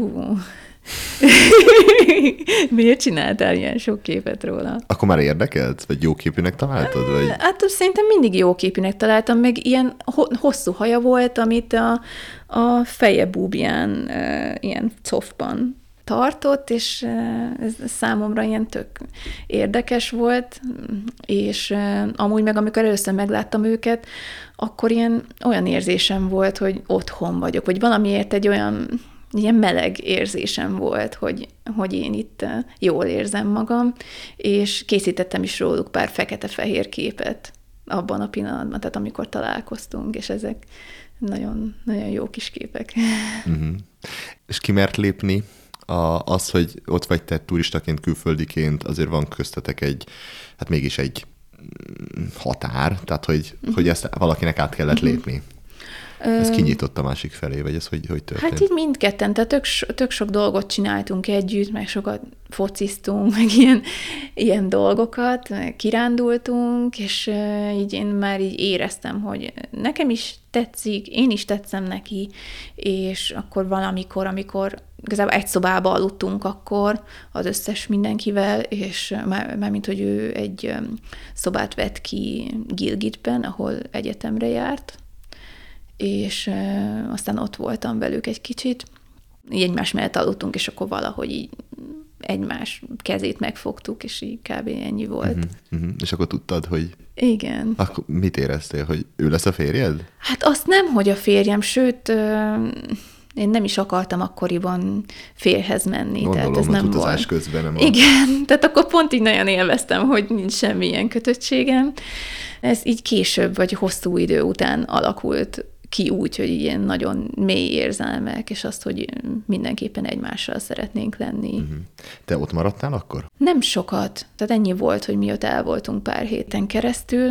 miért csináltál ilyen sok képet róla? Akkor már érdekelt? Vagy jóképűnek találtad? Vagy? Hát szerintem mindig jóképűnek találtam, meg ilyen hosszú haja volt, amit a feje búbján ilyen cofban tartott, és ez számomra ilyen tök érdekes volt, és amúgy meg amikor először megláttam őket, akkor olyan érzésem volt, hogy otthon vagyok, vagy valamiért egy olyan ilyen meleg érzésem volt, hogy én itt jól érzem magam, és készítettem is róluk pár fekete-fehér képet abban a pillanatban, tehát amikor találkoztunk, és ezek nagyon, nagyon jó kis képek. Uh-huh. És ki mert lépni? Az, hogy ott vagy te turistaként, külföldiként, azért van köztetek hát mégis egy határ, tehát hogy ezt valakinek át kellett lépni. Ez kinyitott a másik felé, vagy ez hogy történt? Hát így mindketten, tehát tök sok dolgot csináltunk együtt, meg sokat fociztunk, meg ilyen dolgokat, meg kirándultunk, és így én már így éreztem, hogy nekem is tetszik, én is tetszem neki, és akkor valamikor, amikor igazából egy szobába aludtunk akkor az összes mindenkivel, és mármint, hogy ő egy szobát vett ki Gilgitben, ahol egyetemre járt, és aztán ott voltam velük egy kicsit. Így egymás mellett aludtunk, és akkor valahogy így egymás kezét megfogtuk, és így kb. Ennyi volt. És akkor tudtad, hogy... Igen. Akkor mit éreztél, hogy ő lesz a férjed? Hát azt nem, hogy a férjem, sőt, én nem is akartam akkoriban férjhez menni. Gondolom, tehát ez nem utazás volt. közben nem. Igen, tehát akkor pont így nagyon élveztem, hogy nincs semmilyen kötöttségem. Ez így később, vagy hosszú idő után alakult ki úgy, hogy ilyen nagyon mély érzelmek, és azt, hogy mindenképpen egymással szeretnénk lenni. Te ott maradtál akkor? Nem sokat. Tehát ennyi volt, hogy mi ott el voltunk pár héten keresztül,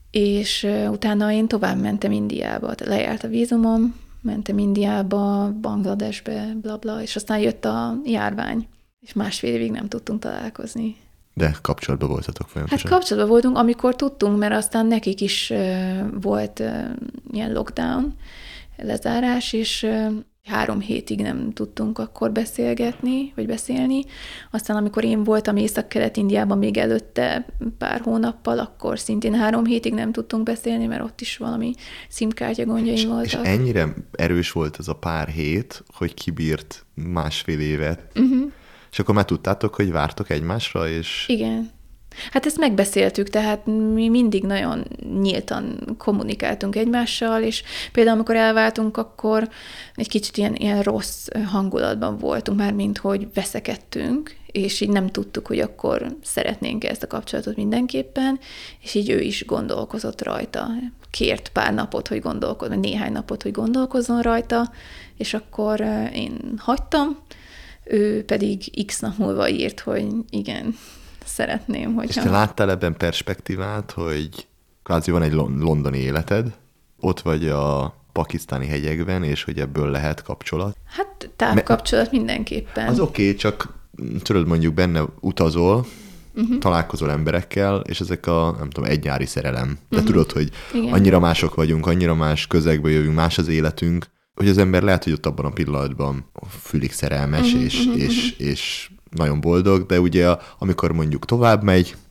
és utána én tovább mentem Indiába. Lejárt a vízumom, mentem Indiába, Bangladesbe, blabla, és aztán jött a járvány, és 1,5 évig nem tudtunk találkozni. De kapcsolatban voltatok folyamatosan? Hát kapcsolatban voltunk, amikor tudtunk, mert aztán nekik is volt ilyen lockdown, lezárás, és 3 hétig nem tudtunk akkor beszélgetni, vagy beszélni. Aztán amikor én voltam Észak-Kelet-Indiában még előtte pár hónappal, akkor szintén 3 hétig nem tudtunk beszélni, mert ott is valami SIM-kártya gondjaim voltak. És ennyire erős volt ez a pár hét, hogy kibírt 1,5 évet, és akkor már tudtátok, hogy vártok egymásra, és... Igen. Hát ezt megbeszéltük, tehát mi mindig nagyon nyíltan kommunikáltunk egymással, és például amikor elváltunk, akkor egy kicsit ilyen rossz hangulatban voltunk, mármint hogy veszekedtünk, és így nem tudtuk, hogy akkor szeretnénk ezt a kapcsolatot mindenképpen, és így ő is gondolkozott rajta. Kért pár napot, hogy néhány napot, hogy gondolkozzon rajta, és akkor én hagytam, ő pedig x nap múlva írt, hogy igen, szeretném, hogyha... És te láttál ebben perspektívát, hogy kvázi van egy londoni életed, ott vagy a pakisztáni hegyekben, és hogy ebből lehet kapcsolat? Hát távkapcsolat mindenképpen. Az oké, csak tudod, mondjuk benne utazol, találkozol emberekkel, és ezek nem tudom, egy nyári szerelem. De tudod, hogy igen, annyira mások vagyunk, annyira más közegből jövünk, más az életünk, hogy az ember lehet, hogy ott abban a pillanatban fülig szerelmes, és nagyon boldog, de ugye amikor mondjuk tovább megy,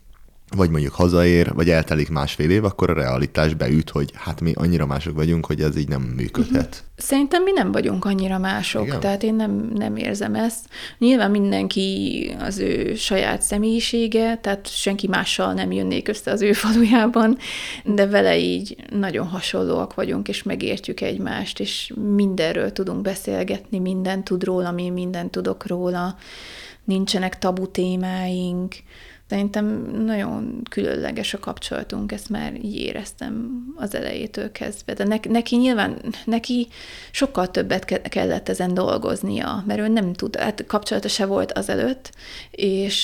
vagy mondjuk hazaér, vagy eltelik másfél év, akkor a realitás beüt, hogy hát mi annyira mások vagyunk, hogy ez így nem működhet. Szerintem mi nem vagyunk annyira mások, Igen? tehát én nem érzem ezt. Nyilván mindenki az ő saját személyisége, tehát senki mással nem jönnék össze az ő falujában, de vele így nagyon hasonlóak vagyunk, és megértjük egymást, és mindenről tudunk beszélgetni, mindent tud róla, én mindent tudok róla, nincsenek tabu témáink. Szerintem nagyon különleges a kapcsolatunk, ezt már így éreztem az elejétől kezdve. De neki sokkal többet kellett ezen dolgoznia, mert ő nem tud, hát kapcsolata se volt azelőtt, és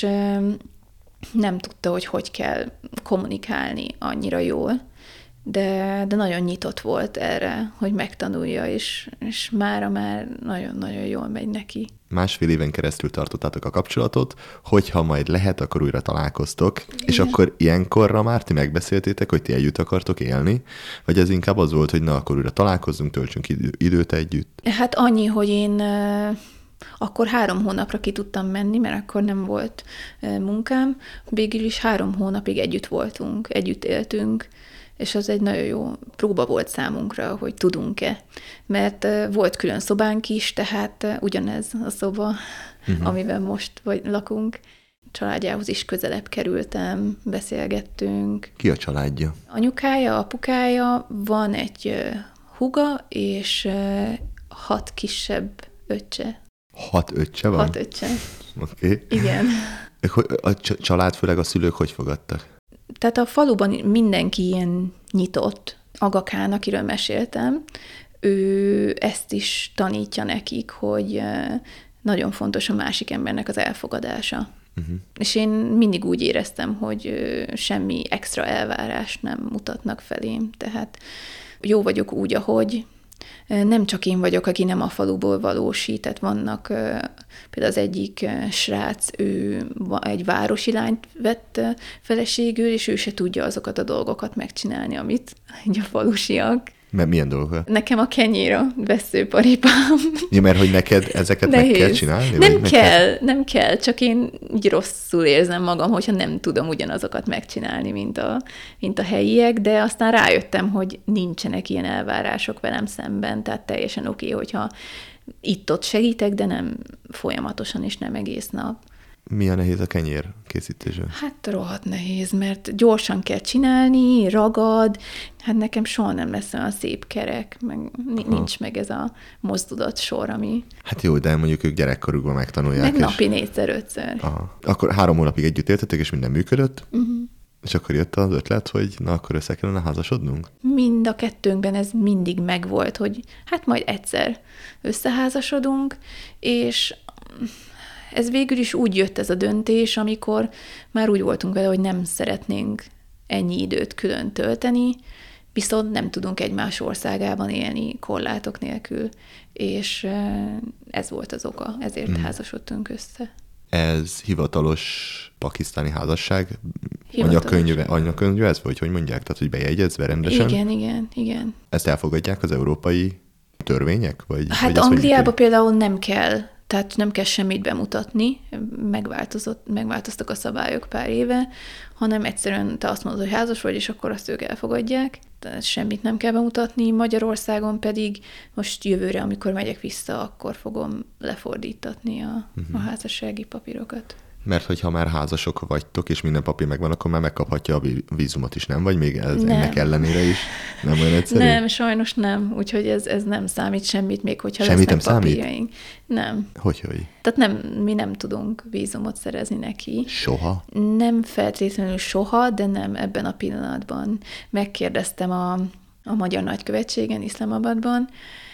nem tudta, hogy kell kommunikálni annyira jól, de nagyon nyitott volt erre, hogy megtanulja, és mára már nagyon-nagyon jól megy neki. Másfél éven keresztül tartottátok a kapcsolatot, hogyha majd lehet, akkor újra találkoztok, és akkor ilyenkorra már ti megbeszéltétek, hogy ti együtt akartok élni, vagy ez inkább az volt, hogy na, akkor újra találkozzunk, töltsünk időt együtt? Hát annyi, hogy én akkor 3 hónapra ki tudtam menni, mert akkor nem volt munkám. Végül is 3 hónapig együtt voltunk, együtt éltünk, és az egy nagyon jó próba volt számunkra, hogy tudunk-e. Mert volt külön szobánk is, tehát ugyanez a szoba, amiben most lakunk. Családjához is közelebb kerültem, beszélgettünk. Ki a családja? Anyukája, apukája, van egy húga, és 6 kisebb öccse. 6 öccse van? 6 öccse. Oké. Igen. A család, főleg a szülők hogy fogadtak? Tehát a faluban mindenki ilyen nyitott. Agakán, akiről meséltem, ő ezt is tanítja nekik, hogy nagyon fontos a másik embernek az elfogadása. És én mindig úgy éreztem, hogy semmi extra elvárást nem mutatnak felém. Tehát jó vagyok úgy, ahogy. Nem csak én vagyok, aki nem a faluból valósít, tehát vannak, például az egyik srác, ő egy városi lányt vett feleségül, és ő se tudja azokat a dolgokat megcsinálni, amit így a falusiak. Mert milyen dolgok? Nekem a kenyér a veszőparipám. Ja, mert hogy neked ezeket Nehéz. meg kell csinálni? Nem kell, csak én így rosszul érzem magam, hogyha nem tudom ugyanazokat megcsinálni, mint a helyiek, de aztán rájöttem, hogy nincsenek ilyen elvárások velem szemben, tehát teljesen oké, hogyha itt-ott segítek, de nem folyamatosan és nem egész nap. Mi a nehéz a kenyér készítésben? Hát rohadt nehéz, mert gyorsan kell csinálni, ragad, hát nekem soha nem lesz olyan szép kerek, meg nincs meg ez a mozdulat sor, ami... Hát jó, de mondjuk ők gyerekkorukban megtanulják. Meg napi 4-5-ször. Aha. Akkor 3 hónapig együtt éltetek, és minden működött, és akkor jött az ötlet, hogy na, akkor össze kellene házasodnunk? Mind a kettőnkben ez mindig megvolt, hogy hát majd egyszer összeházasodunk, és... Ez végül is úgy jött ez a döntés, amikor már úgy voltunk vele, hogy nem szeretnénk ennyi időt külön tölteni, viszont nem tudunk egymás országában élni korlátok nélkül, és ez volt az oka, ezért házasodtunk össze. Ez hivatalos pakisztáni házasság? Hivatalos. Anyakönyve ez, vagy hogy mondják? Tehát, hogy bejegyezve rendesen? Igen. Ezt elfogadják az európai törvények? Hát Angliában például nem kell. Tehát nem kell semmit bemutatni, megváltoztak a szabályok pár éve, hanem egyszerűen te azt mondod, hogy házas vagy, és akkor azt ők elfogadják. Tehát semmit nem kell bemutatni. Magyarországon pedig most jövőre, amikor megyek vissza, akkor fogom lefordítatni a házassági papírokat. Mert hogyha már házasok vagytok, és minden papír megvan, akkor már megkaphatja a vízumot is, nem? Vagy még ennek ellenére is? Nem olyan egyszerű? Nem, sajnos nem. Úgyhogy ez nem számít semmit, még hogyha semmit lesznek nem papírjaink. Nem. Hogy? Tehát mi nem tudunk vízumot szerezni neki. Soha? Nem feltétlenül soha, de nem ebben a pillanatban. Megkérdeztem a magyar nagykövetségen, Iszlamabadban,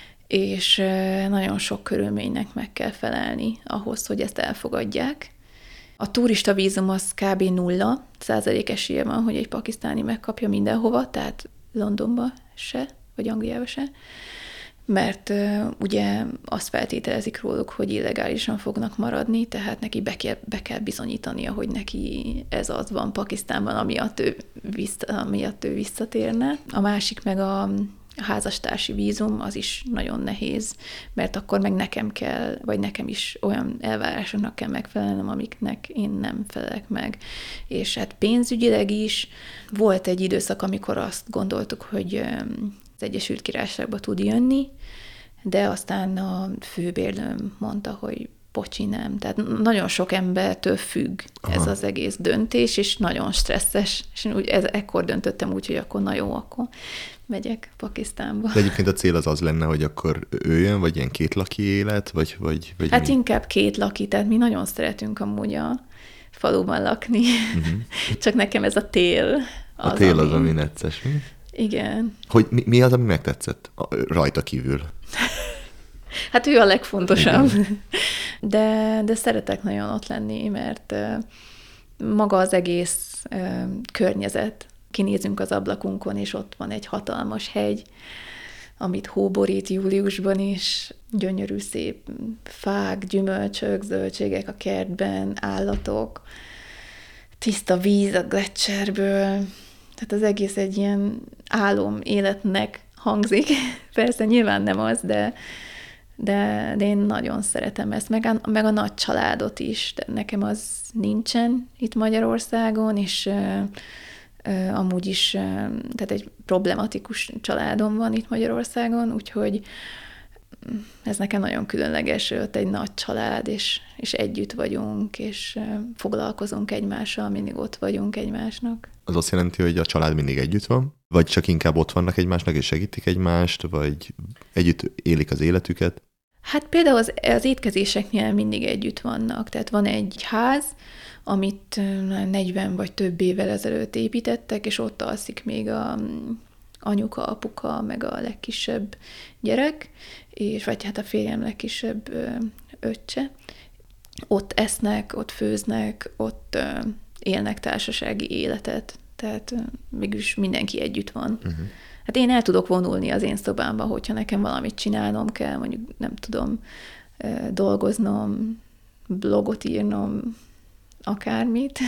és nagyon sok körülménynek meg kell felelni ahhoz, hogy ezt elfogadják. A turista vízum az kb. 0% esélye van, hogy egy pakisztáni megkapja mindenhova, tehát Londonba se, vagy Angliába se, mert ugye azt feltételezik róluk, hogy illegálisan fognak maradni, tehát neki be kell bizonyítania, hogy neki ez az van Pakisztánban, amiatt ő visszatérne. A másik meg A házastársi vízum az is nagyon nehéz, mert akkor meg nekem kell, vagy nekem is olyan elvárásoknak kell megfelelnem, amiknek én nem felelek meg. És hát pénzügyileg is volt egy időszak, amikor azt gondoltuk, hogy az Egyesült Királyságba tud jönni, de aztán a főbérlőm mondta, hogy bocsi, nem. Tehát nagyon sok embertől függ ez az egész döntés, és nagyon stresszes. És én ekkor döntöttem úgy, hogy akkor na jó, akkor megyek Pakisztánba. De egyébként a cél az lenne, hogy akkor ő jön, vagy ilyen kétlaki élet, vagy hát mi? Inkább kétlaki, tehát mi nagyon szeretünk amúgy a faluban lakni. Csak nekem ez a tél. A tél az, ami necces, mi? Igen. Hogy mi az, ami megtetszett rajta kívül? Hát ő a legfontosabb. De szeretek nagyon ott lenni, mert maga az egész környezet. Kinézünk az ablakunkon, és ott van egy hatalmas hegy, amit hóborít júliusban is. Gyönyörű szép fák, gyümölcsök, zöldségek a kertben, állatok, tiszta víz a gleccserből. Tehát az egész egy ilyen álom életnek hangzik. Persze nyilván nem az, de én nagyon szeretem ezt, meg a nagy családot is. De nekem az nincsen itt Magyarországon, és amúgy is, tehát egy problematikus családom van itt Magyarországon, úgyhogy ez nekem nagyon különleges, ott egy nagy család, és együtt vagyunk, és foglalkozunk egymással, mindig ott vagyunk egymásnak. Az azt jelenti, hogy a család mindig együtt van? Vagy csak inkább ott vannak egymásnak, és segítik egymást, vagy együtt élik az életüket? Hát például az étkezéseknél mindig együtt vannak. Tehát van egy ház, amit 40 vagy több évvel ezelőtt építettek, és ott alszik még a anyuka, apuka, meg a legkisebb gyerek, és vagy hát a férjem legkisebb öccse. Ott esznek, ott főznek, ott élnek társasági életet. Tehát mégis mindenki együtt van. Uh-huh. Hát én el tudok vonulni az én szobámba, hogyha nekem valamit csinálnom kell, mondjuk nem tudom, dolgoznom, blogot írnom, akármit,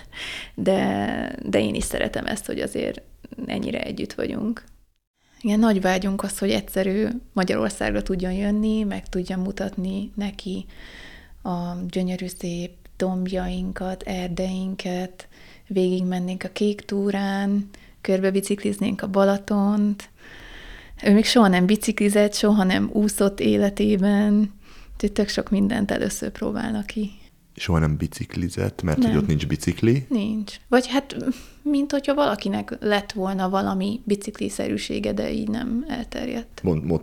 de én is szeretem ezt, hogy azért ennyire együtt vagyunk. Igen, nagy vágyunk az, hogy egyszerű Magyarországra tudjon jönni, meg tudjam mutatni neki a gyönyörű szép dombjainkat, erdeinket, végigmennénk a Kék túrán, körbebicikliznénk a Balatont. Ő még soha nem biciklizett, soha nem úszott életében, úgyhogy tök sok mindent először próbálnak ki. Soha nem biciklizett, mert nem. Hogy ott nincs bicikli? Nincs. Vagy hát, mint hogyha valakinek lett volna valami bicikliszerűsége, de így nem elterjedt.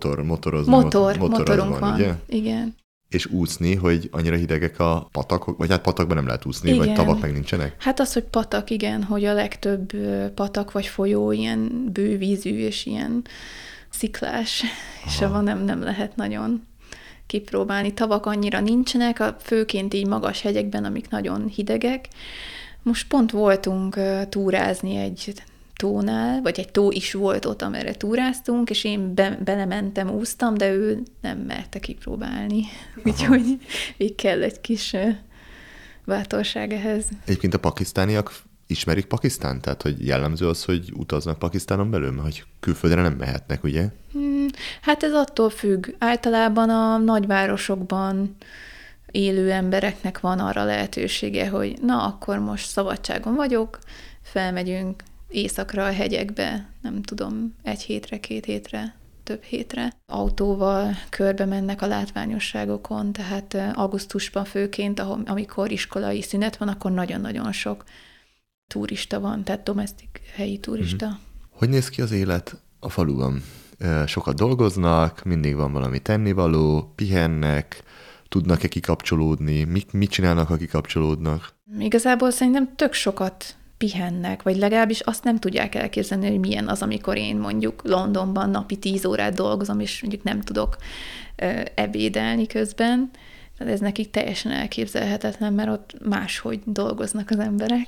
Motorunk van, ugye? Igen. És úszni, hogy annyira hidegek a patakok, vagy hát patakban nem lehet úszni, igen. Vagy tavak meg nincsenek? Hát az, hogy patak, igen, hogy a legtöbb patak vagy folyó ilyen bővízű és ilyen sziklás, és abban nem lehet nagyon kipróbálni. Tavak annyira nincsenek, főként így magas hegyekben, amik nagyon hidegek. Most pont voltunk túrázni egy tónál, vagy egy tó is volt ott, amerre túráztunk, és én belementem, úsztam, de ő nem merte kipróbálni. Úgyhogy még kell egy kis bátorság ehhez. Egyébként a pakisztániak ismerik Pakisztánt? Tehát, hogy jellemző az, hogy utaznak Pakisztánon belül, mert hogy külföldre nem mehetnek, ugye? Hát ez attól függ. Általában a nagyvárosokban élő embereknek van arra lehetősége, hogy na, akkor most szabadságon vagyok, felmegyünk északra a hegyekbe, nem tudom, 1 hétre, 2 hétre, több hétre. Autóval körbe mennek a látványosságokon, tehát augusztusban főként, amikor iskolai szünet van, akkor nagyon-nagyon sok turista van, tehát domesztik helyi turista. Hogy néz ki az élet a faluban? Sokat dolgoznak, mindig van valami tennivaló, pihennek, tudnak-e kikapcsolódni, mit csinálnak, ha kikapcsolódnak? Igazából szerintem tök sokat pihennek, vagy legalábbis azt nem tudják elképzelni, hogy milyen az, amikor én mondjuk Londonban napi 10 órát dolgozom, és mondjuk nem tudok ebédelni közben. Tehát ez nekik teljesen elképzelhetetlen, mert ott máshogy dolgoznak az emberek.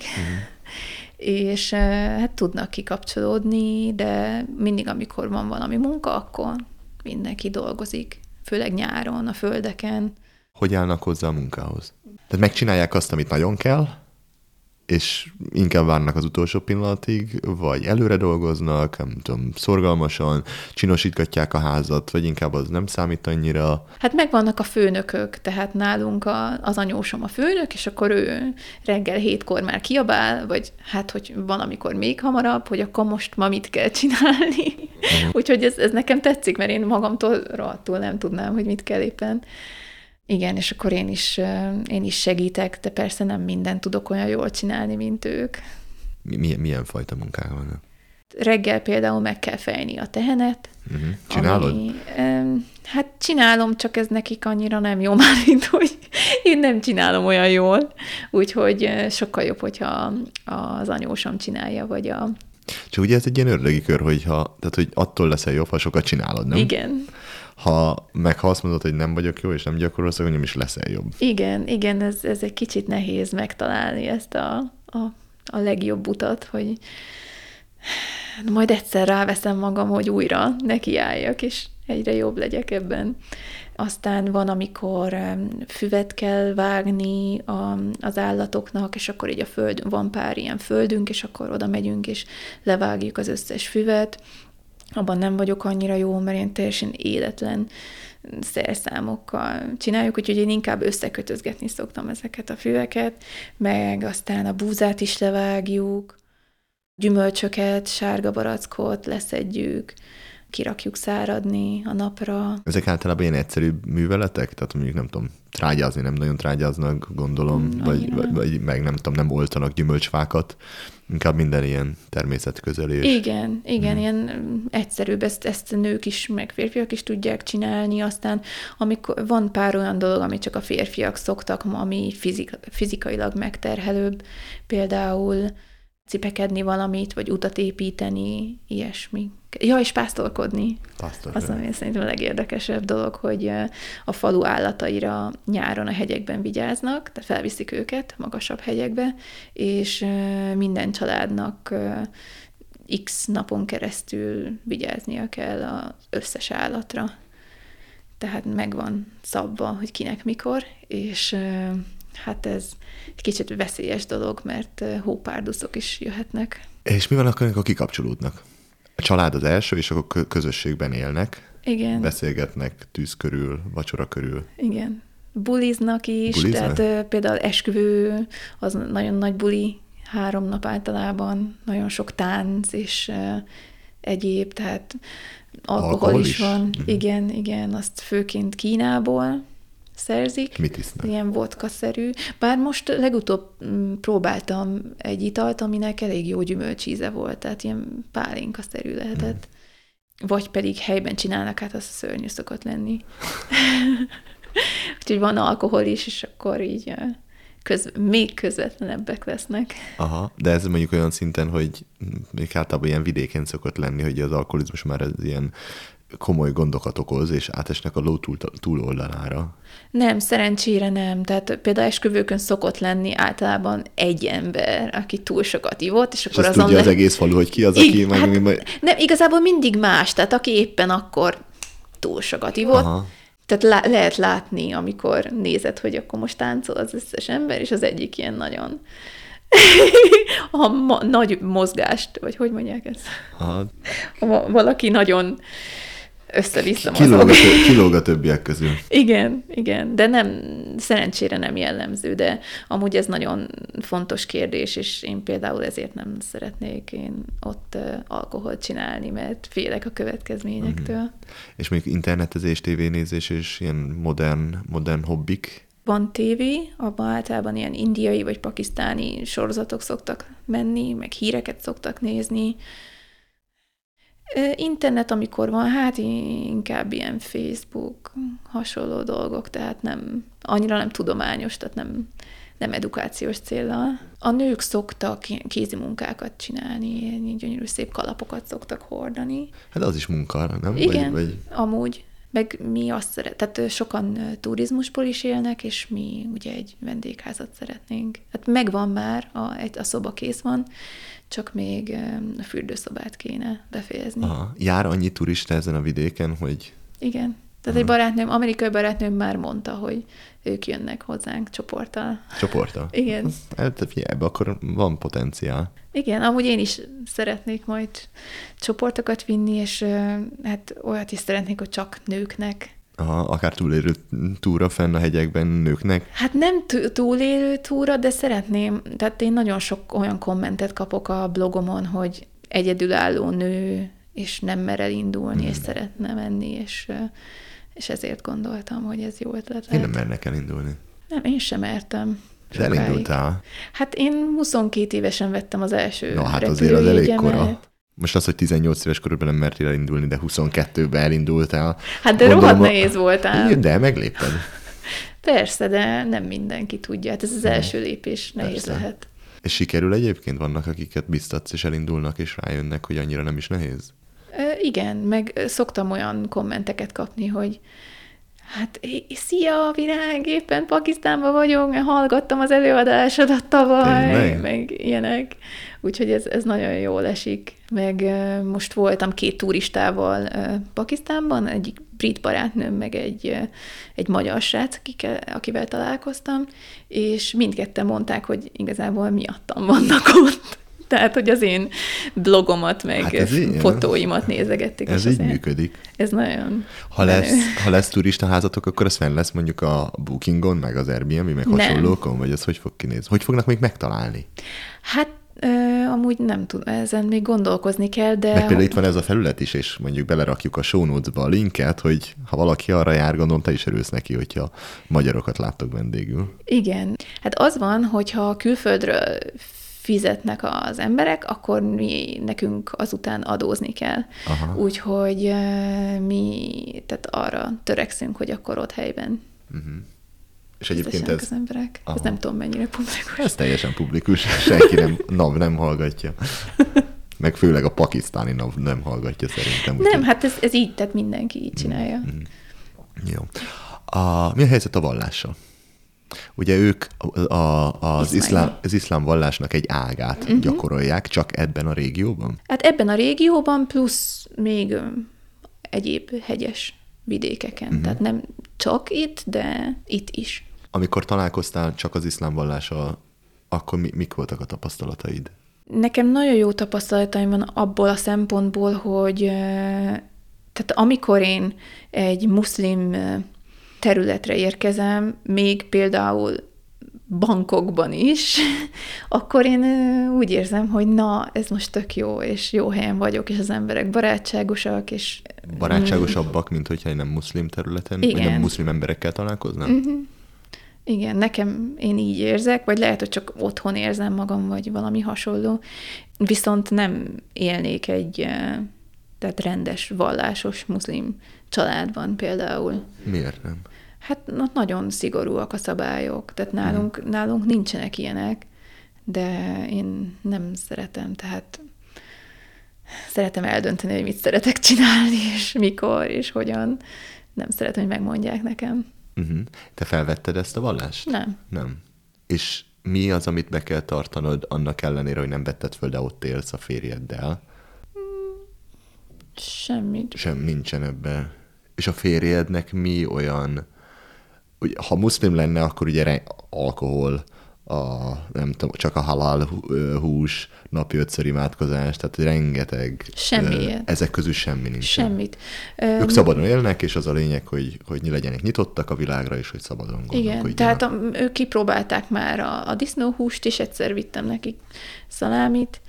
És hát tudnak kikapcsolódni, de mindig, amikor van valami munka, akkor mindenki dolgozik, főleg nyáron, a földeken. Hogy állnak hozzá a munkához? Tehát megcsinálják azt, amit nagyon kell, és inkább várnak az utolsó pillanatig, vagy előre dolgoznak, nem tudom, szorgalmasan, csinosítgatják a házat, vagy inkább az nem számít annyira. Hát megvannak a főnökök, tehát nálunk az anyósom a főnök, és akkor ő reggel 7-kor már kiabál, vagy hát, hogy van, amikor még hamarabb, hogy akkor most ma mit kell csinálni. Úgyhogy ez nekem tetszik, mert én magamtól rohadtul nem tudnám, hogy mit kell éppen. Igen, és akkor én is segítek, de persze nem mindent tudok olyan jól csinálni, mint ők. Milyen fajta munkák vannak? Reggel például meg kell fejni a tehenet. Csinálod? Hát csinálom, csak ez nekik annyira nem jó már, mint hogy én nem csinálom olyan jól. Úgyhogy sokkal jobb, hogyha az anyósom csinálja, vagy a... Csak ugye ez egy ilyen ördögi kör, hogy attól leszel jobb, ha sokat csinálod, nem? Igen. Ha azt mondod, hogy nem vagyok jó, és nem gyakorolsz, akkor nem is leszel jobb. Igen, ez egy kicsit nehéz megtalálni ezt a legjobb utat, hogy majd egyszer ráveszem magam, hogy újra nekiálljak, és egyre jobb legyek ebben. Aztán van, amikor füvet kell vágni az állatoknak, és akkor így van pár ilyen földünk, és akkor oda megyünk, és levágjuk az összes füvet. Abban nem vagyok annyira jó, mert én teljesen életlen szerszámokkal csináljuk, úgyhogy én inkább összekötözgetni szoktam ezeket a füveket, meg aztán a búzát is levágjuk, gyümölcsöket, sárga barackot leszedjük, kirakjuk száradni a napra. Ezek általában ilyen egyszerű műveletek? Tehát mondjuk nem tudom, trágyázni nem nagyon trágyáznak, gondolom, vagy meg nem tudom, nem oltanak gyümölcsfákat. Inkább minden ilyen természetközelés. Igen, ilyen egyszerűbb, ezt nők is, meg férfiak is tudják csinálni, aztán amikor van pár olyan dolog, amit csak a férfiak szoktak, ami fizikailag megterhelőbb, például cipekedni valamit, vagy utat építeni, ilyesmi. Ja, és pásztorkodni. Az, ami szerintem a legérdekesebb dolog, hogy a falu állataira nyáron a hegyekben vigyáznak, tehát felviszik őket magasabb hegyekbe, és minden családnak x napon keresztül vigyáznia kell az összes állatra. Tehát megvan szabva, hogy kinek mikor, és hát ez egy kicsit veszélyes dolog, mert hópárduszok is jöhetnek. És mi van akkor, amikor kikapcsolódnak? A család az első, és akkor közösségben élnek. Igen. Beszélgetnek tűz körül, vacsora körül. Igen. Buliznak is, tehát például esküvő, az nagyon nagy buli, 3 nap általában, nagyon sok tánc és egyéb, tehát alkohol is van. Igen, azt főként Kínából szerzik. Mit isznak? Ilyen vodka-szerű. Bár most legutóbb próbáltam egy italt, aminek elég jó gyümölcsíze volt, tehát ilyen pálinka-szerű lehetett. Vagy pedig helyben csinálnak, hát az szörnyű szokott lenni. Úgyhogy van alkohol is, és akkor így még közvetlenebbek lesznek. Aha, de ez mondjuk olyan szinten, hogy még általában ilyen vidéken szokott lenni, hogy az alkoholizmus már ez ilyen komoly gondokat okoz, és átesnek a ló túloldalára. Nem, szerencsére nem. Tehát például esküvőkön szokott lenni általában egy ember, aki túl sokat ivott, és akkor azon tudja az egész falu, hogy ki az, aki meg... Nem, igazából mindig más, tehát aki éppen akkor túl sokat ivott. Aha. Tehát lehet látni, amikor nézed, hogy akkor most táncol az összes ember, és az egyik ilyen nagyon nagy mozgást, vagy hogy mondják ezt? Valaki nagyon össze-vissza mozog. Kilóg a többiek közül. Igen, de nem, szerencsére nem jellemző, de amúgy ez nagyon fontos kérdés, és én például ezért nem szeretnék én ott alkoholt csinálni, mert félek a következményektől. És mondjuk internetezés, tévénézés és ilyen modern hobbik? Van tévé, abban általában ilyen indiai vagy pakisztáni sorozatok szoktak menni, meg híreket szoktak nézni. Internet, amikor van, hát inkább ilyen Facebook, hasonló dolgok, tehát nem, annyira nem tudományos, tehát nem edukációs céllal. A nők szoktak kézi munkákat csinálni, ilyen gyönyörű szép kalapokat szoktak hordani. Hát az is munka, nem? Igen, amúgy. Meg mi azt tehát sokan turizmusból is élnek, és mi ugye egy vendégházat szeretnénk. Hát megvan már, a szoba kész van, csak még a fürdőszobát kéne befejezni. Aha. Jár annyi turista ezen a vidéken, hogy... Igen. Tehát egy barátnőm, amerikai barátnőm már mondta, hogy ők jönnek hozzánk csoporttal. Csoporttal? Igen. Ebbe akkor van potenciál. Igen, amúgy én is szeretnék majd csoportokat vinni, és hát olyat is szeretnék, hogy csak nőknek. Aha, akár túlélő túra fenn a hegyekben nőknek? Hát nem túlélő túra, de szeretném. Tehát én nagyon sok olyan kommentet kapok a blogomon, hogy egyedülálló nő, és nem mer elindulni, és szeretne menni, és ezért gondoltam, hogy ez jó ötlet lehet. Én nem mernek elindulni. Nem, én sem mertem. És elindultál? Hát én 22 évesen vettem az első Na hát azért az elég repülőjegyemet. kora. Most az, hogy 18 éves korodban nem mertél elindulni, de 22-ben elindultál. Hát de rohadt nehéz voltál. De meglépted. Persze, de nem mindenki tudja. Hát ez az első lépés nehéz Persze. lehet. És sikerül egyébként? Vannak, akiket biztatsz, és elindulnak, és rájönnek, hogy annyira nem is nehéz? Igen, meg szoktam olyan kommenteket kapni, hogy hát szia, Virág, éppen Pakisztánban vagyok, hallgattam az előadásodat tavaly, Tényleg? meg ilyenek. Úgyhogy ez nagyon jól esik. Meg most voltam 2 turistával Pakisztánban, egyik brit barátnőm, meg egy magyar srác, akivel találkoztam, és mindketten mondták, hogy igazából miattam vannak ott. Tehát, hogy az én blogomat, meg Hát fotóimat nézegették. Ez és így azért működik. Ez nagyon... Ha lesz turistaházatok, akkor ez fenn lesz mondjuk a Bookingon, meg az Airbnb, meg Nem. hasonlókon, vagy ez hogy fog kinézni? Hogy fognak még megtalálni? Hát amúgy nem tudom, ezen még gondolkozni kell, de... Meg például itt van ez a felület is, és mondjuk belerakjuk a show notes-ba a linket, hogy ha valaki arra jár, gondolom, te is örülsz neki, hogyha magyarokat láttok vendégül. Igen. Hát az van, hogyha külföldről fizetnek az emberek, akkor nekünk azután adózni kell. Aha. Úgyhogy mi tehát arra törekszünk, hogy akkor ott helyben És egyébként fizessenek ez, az emberek. Aha. Ez nem tudom, mennyire publikus. ez teljesen publikus, senki nem hallgatja. Meg főleg a pakisztáni NAV nem hallgatja szerintem. Nem, úgyhogy- hát ez így, tehát mindenki így csinálja. Jó. Mi a helyzet a vallással? Ugye ők az iszlám vallásnak egy ágát gyakorolják, csak ebben a régióban? Hát ebben a régióban plusz még egyéb hegyes vidékeken. Tehát nem csak itt, de itt is. Amikor találkoztál csak az iszlám vallással, akkor mik voltak a tapasztalataid? Nekem nagyon jó tapasztalataim van abból a szempontból, hogy tehát amikor én egy muszlim területre érkezem, még például Bangkokban is, akkor én úgy érzem, hogy na, ez most tök jó, és jó helyen vagyok, és az emberek barátságosak, és... Barátságosabbak, mint hogyha én nem muszlim területen, vagy nem muszlim emberekkel találkoznám? Igen, én így érzek, vagy lehet, hogy csak otthon érzem magam, vagy valami hasonló. Viszont nem élnék egy tehát rendes, vallásos muszlim családban például. Miért nem? Hát nagyon szigorúak a szabályok, tehát nálunk nincsenek ilyenek, de én nem szeretem, tehát szeretem eldönteni, hogy mit szeretek csinálni, és mikor, és hogyan. Nem szeretem, hogy megmondják nekem. Te felvetted ezt a vallást? Nem. Nem. És mi az, amit be kell tartanod annak ellenére, hogy nem vetted föl, de ott élsz a férjeddel? Semmit. Sem nincsen ebben. És a férjednek mi olyan, ugye, ha muszlim lenne, akkor ugye alkohol, nem tudom, csak a halál hús, napi 5-ször imádkozás, tehát rengeteg. Semmi. Ezek közül semmi nincs. Semmit. Ők szabadon élnek, és az a lényeg, hogy legyenek nyitottak a világra, és hogy szabadon gondolkodjanak. Igen, tehát ők kipróbálták már a disznóhúst, és egyszer vittem nekik szalámit.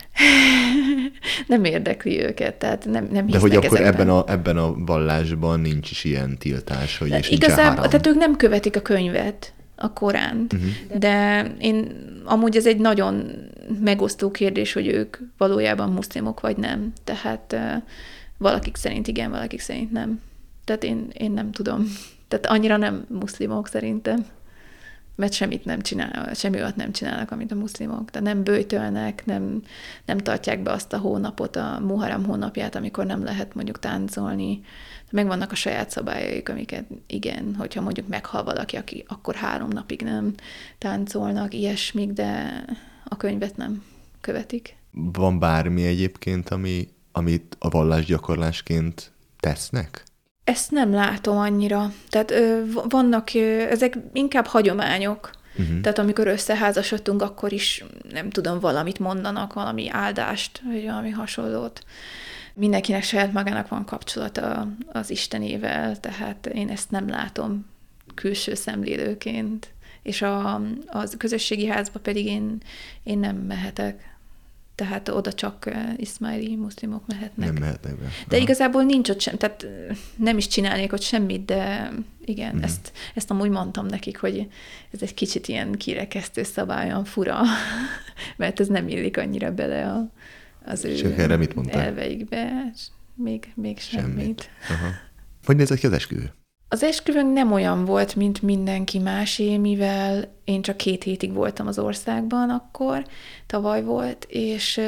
Nem érdekli őket, tehát nem hisznek. De hogy akkor ezekben. ebben a vallásban nincs is ilyen tiltás, hogy és igazából, haram. tehát ők nem követik a könyvet, a Koránt, de amúgy ez egy nagyon megosztó kérdés, hogy ők valójában muszlimok vagy nem. Tehát valakik szerint igen, valakik szerint nem. Tehát én nem tudom. Tehát annyira nem muszlimok szerintem. Mert semmit nem csinálnak, semmi olyat nem csinálnak, amit a muszlimok. Tehát nem böjtölnek, nem tartják be azt a hónapot, a Muharram hónapját, amikor nem lehet mondjuk táncolni. Megvannak a saját szabályaik, amiket igen, hogyha mondjuk meghal valaki, aki akkor 3 napig nem táncolnak, ilyesmik, de a könyvet nem követik. Van bármi egyébként, amit a vallásgyakorlásként tesznek? Ezt nem látom annyira. Tehát vannak, ezek inkább hagyományok. Tehát amikor összeházasodtunk, akkor is, nem tudom, valamit mondanak, valami áldást, vagy valami hasonlót. Mindenkinek saját magának van kapcsolata az Istenével, tehát én ezt nem látom külső szemlélőként. És a közösségi házba pedig én nem mehetek. Tehát oda csak iszmáili muszlimok mehetnek. Nem mehetnek be. De igazából nincs ott sem, tehát nem is csinálnék ott semmit, de igen, ezt amúgy mondtam nekik, hogy ez egy kicsit ilyen kirekesztő szabály, olyan fura, mert ez nem illik annyira bele az ő elveikbe. Még semmit. Aha. Hogy nézett ki az esküvő? Az esküvőnk nem olyan volt, mint mindenki másé, mivel én csak 2 hétig voltam az országban akkor, tavaly volt, és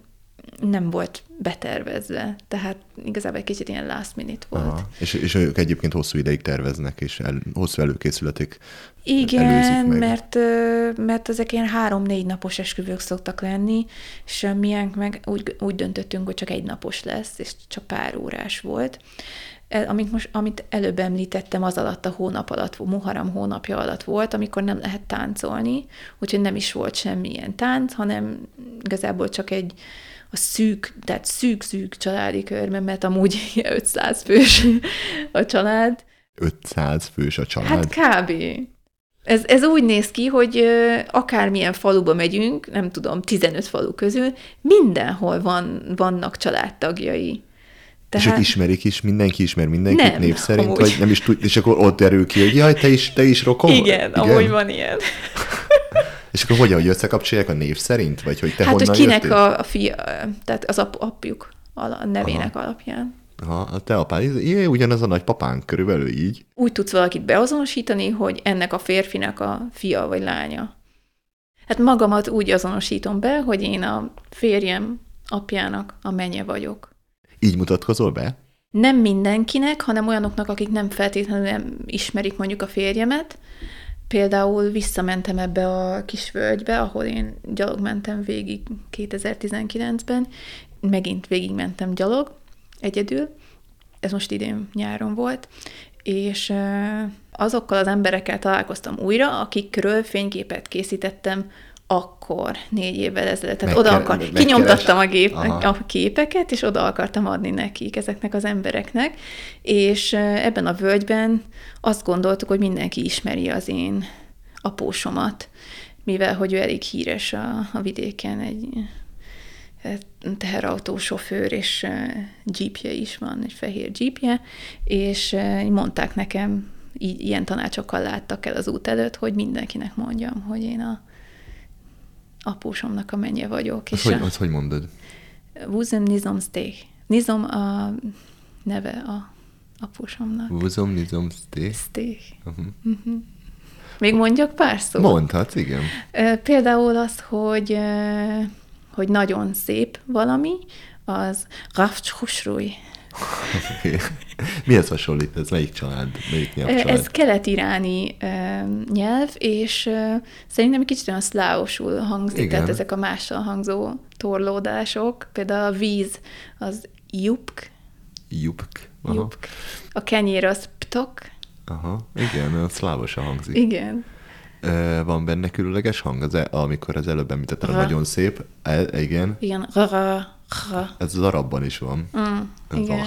nem volt betervezve. Tehát igazából egy kicsit ilyen last minute volt. Aha. És ők egyébként hosszú ideig terveznek, és hosszú előkészületek igen, mert ezek ilyen 3-4 napos esküvők szoktak lenni, és miénk meg úgy döntöttünk, hogy csak 1 napos lesz, és csak pár órás volt. Amit előbb említettem, az alatt a hónap alatt, Muharram hónapja alatt volt, amikor nem lehet táncolni, úgyhogy nem is volt semmilyen tánc, hanem igazából csak tehát szűk családi körben, mert amúgy 500 fős a család. 500 fős a család? Hát kb. Ez úgy néz ki, hogy akármilyen faluba megyünk, nem tudom, 15 falu közül, mindenhol vannak családtagjai. Tehát... És ők ismerik is, mindenki ismer mindenkit nem, név szerint, amúgy. vagy nem is tud, és akkor ott derül ki, hogy jaj, te is rokon? Igen, amúgy van ilyen. És akkor hogy összekapcsolják a név szerint? Vagy hogy te hát, honnan hogy kinek jöttél? a fia, tehát az apjuk a nevének alapján. Aha, a te apád, ugyanaz a nagypapánk, körülbelül így. Úgy tudsz valakit beazonosítani, hogy ennek a férfinak a fia vagy lánya. Hát magamat úgy azonosítom be, hogy én a férjem apjának a menye vagyok. Így mutatkozol be? Nem mindenkinek, hanem olyanoknak, akik nem feltétlenül nem ismerik mondjuk a férjemet. Például visszamentem ebbe a kis völgybe, ahol én gyalog mentem végig 2019-ben. Megint végigmentem gyalog, egyedül. Ez most idén nyáron volt. És azokkal az emberekkel találkoztam újra, akikről fényképet készítettem akkor, 4 évvel ezelőtt. Tehát kinyomtattam a képeket, és oda akartam adni nekik, ezeknek az embereknek, és ebben a völgyben azt gondoltuk, hogy mindenki ismeri az én apósomat, mivel hogy ő elég híres a vidéken, egy teherautósofőr, és jeepje is van, egy fehér jeepje, és mondták nekem, ilyen tanácsokkal láttak el az út előtt, hogy mindenkinek mondjam, hogy én a apósomnak a menye vagyok. Azt hogy mondod? Vuzem Nizom Steh. Nizom a neve a apósomnak. Vuzem Nizom Steh. Steh. Még mondjak pár szót? Mondhatsz, igen. Például az, hogy nagyon szép valami, az Rafcs Husruj. Okay. Mihez hasonlít ez? Melyik család? Melyik nyelvcsalád? Ez kelet-iráni nyelv, és szerintem egy kicsit olyan szlávosul hangzik, igen. Tehát ezek a mással hangzó torlódások. Például a víz az jupk. Jupk. Jupk. A kenyér az ptok. Aha, igen, szlávosan hangzik. Igen. Van benne különleges hang, amikor az előbb említettem, nagyon szép. Igen. Igen. Ez az arabban is van. Igen.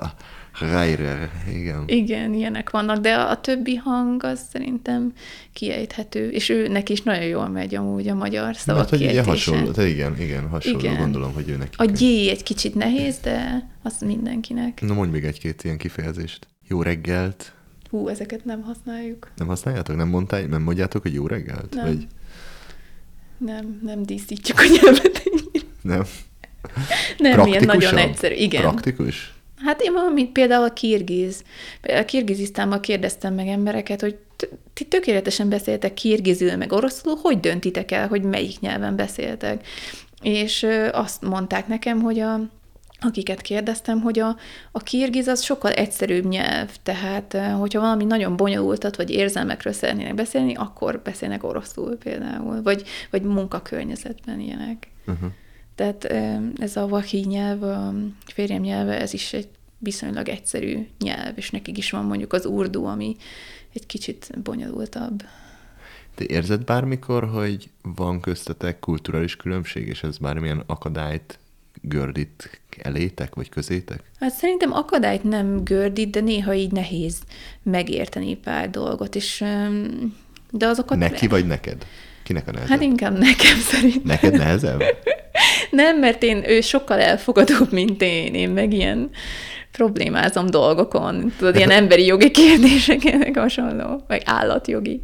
Igen. Igen, ilyenek vannak, de a többi hang az szerintem kiejthető, és őnek is nagyon jól megy amúgy a magyar szavak kiejtése. Hasonló, igen, hasonló, gondolom, hogy őnek. A gyé egy kicsit nehéz, de az mindenkinek. Na mondj még 1-2 ilyen kifejezést. Jó reggelt. Ezeket nem használjuk. Nem használjátok? Nem mondjátok, hogy jó reggelt? Nem. Vagy... Nem díszítjük a nyelvet ennyire. Nem. Nem, ilyen nagyon egyszerű. Igen. Praktikus? Hát én valamit például a kirgiz. Például a Kirgizisztánban kérdeztem meg embereket, hogy ti tökéletesen beszéltek kirgizül, meg oroszul, hogy döntitek el, hogy melyik nyelven beszéltek? És azt mondták nekem, hogy akiket kérdeztem, hogy a kirgiz az sokkal egyszerűbb nyelv, tehát hogyha valami nagyon bonyolultat, vagy érzelmekről szeretnének beszélni, akkor beszélnek oroszul például, vagy munkakörnyezetben ilyenek. Tehát ez a wahi nyelv, a férjem nyelve, ez is egy viszonylag egyszerű nyelv, és nekik is van mondjuk az urdu, ami egy kicsit bonyolultabb. Te érzed bármikor, hogy van köztetek kulturális különbség, és ez bármilyen akadályt gördít elétek, vagy közétek? Hát szerintem akadályt nem gördít, de néha így nehéz megérteni pár dolgot, és de azokat... Neki vagy neked? Kinek a nehezebb? Hát inkább nekem szerintem. Neked nehezebb? Nem, mert ő sokkal elfogadóbb, mint én. Én meg ilyen problémázom dolgokon. Tudod, ilyen emberi jogi kérdések hasonló, vagy állatjogi.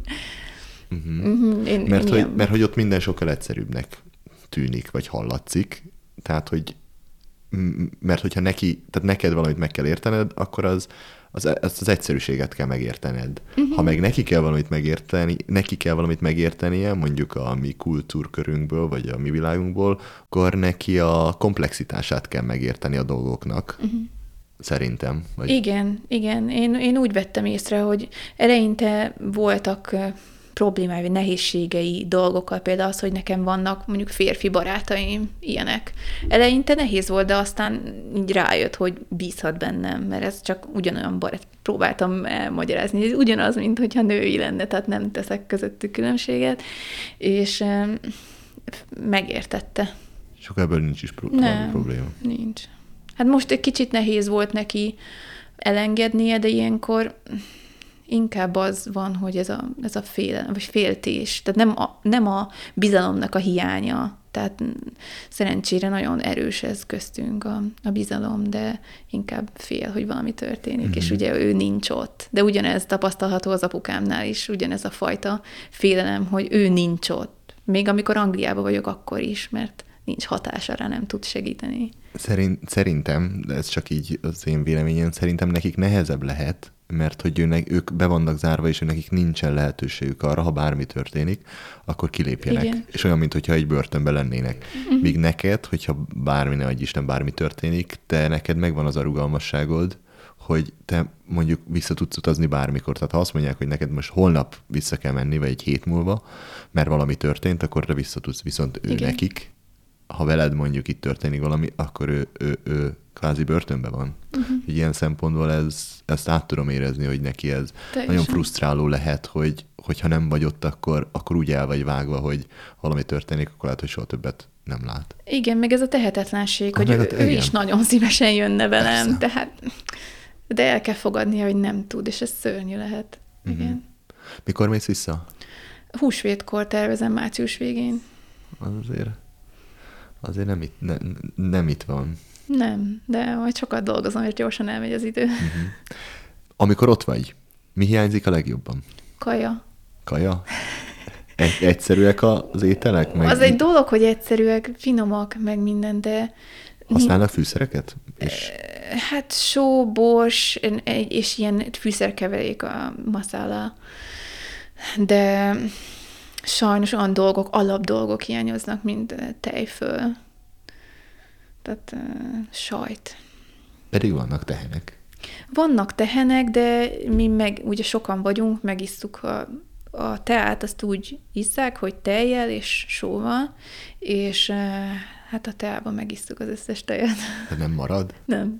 Mert hogy ott minden sokkal egyszerűbbnek tűnik, vagy hallatszik. Tehát, hogy mert hogyha tehát neked valamit meg kell értened, akkor az egyszerűséget kell megértened. Ha meg neki kell valamit megértenie, mondjuk a mi kultúrkörünkből, vagy a mi világunkból, akkor neki a komplexitását kell megérteni a dolgoknak. Szerintem. Vagy... Igen. Én úgy vettem észre, hogy eleinte voltak problémái, vagy nehézségei dolgokkal, például az, hogy nekem vannak mondjuk férfi barátaim, ilyenek. Eleinte nehéz volt, de aztán így rájött, hogy bízhat bennem, mert ez csak ugyanolyan barát. Próbáltam elmagyarázni, ez ugyanaz, mint hogyha női lenne, tehát nem teszek közöttük különbséget, és megértette. És akkor ebből nincs is probléma. Nincs. Hát most egy kicsit nehéz volt neki elengednie, de ilyenkor inkább az van, hogy ez a félelem, vagy féltés. Tehát nem a bizalomnak a hiánya. Tehát szerencsére nagyon erős ez köztünk a bizalom, de inkább fél, hogy valami történik, és ugye ő nincs ott. De ugyanez tapasztalható az apukámnál is, ugyanez a fajta félelem, hogy ő nincs ott. Még amikor Angliában vagyok, akkor is, mert nincs hatása rá, nem tud segíteni. Szerintem, de ez csak így az én véleményem, szerintem nekik nehezebb lehet, mert hogy ők be vannak zárva, és nekik nincsen lehetőségük arra, ha bármi történik, akkor kilépjenek. Igen. És olyan, mintha egy börtönben lennének. Míg neked, hogyha bármi, ne adj Isten, bármi történik, neked megvan az a rugalmasságod, hogy te mondjuk vissza tudsz utazni bármikor. Tehát ha azt mondják, hogy neked most holnap vissza kell menni, vagy egy hét múlva, mert valami történt, akkor te vissza tudsz. Viszont nekik, ha veled mondjuk itt történik valami, akkor ő kvázi börtönben van. Ilyen szempontból ezt át tudom érezni, hogy neki ez nagyon frusztráló lehet, hogyha nem vagy ott, akkor úgy el vagy vágva, hogy valami történik, akkor lehet, hogy soha többet nem lát. Igen, meg ez a tehetetlenség, hogy ő is nagyon szívesen jönne velem, de el kell fogadnia, hogy nem tud, és ez szörnyű lehet. Igen. Mikor mész vissza? Húsvétkor tervezem, március végén. Azért nem itt van. Nem, de majd sokat dolgozom, és gyorsan elmegy az idő. Amikor ott vagy, mi hiányzik a legjobban? Kaja? Egyszerűek az ételek? Az egy dolog, hogy egyszerűek, finomak, meg minden, de... Használnak fűszereket? Hát só, bors, és ilyen fűszerkeverék, a masala. De sajnos olyan alapdolgok hiányoznak, mint tejföl. Tehát sajt. Pedig vannak tehenek. Vannak tehenek, de mi meg ugye sokan vagyunk, megisszuk a teát, azt úgy isszák, hogy tejjel és sóval, és hát a teában megisszuk az összes tejet. De nem marad? Nem.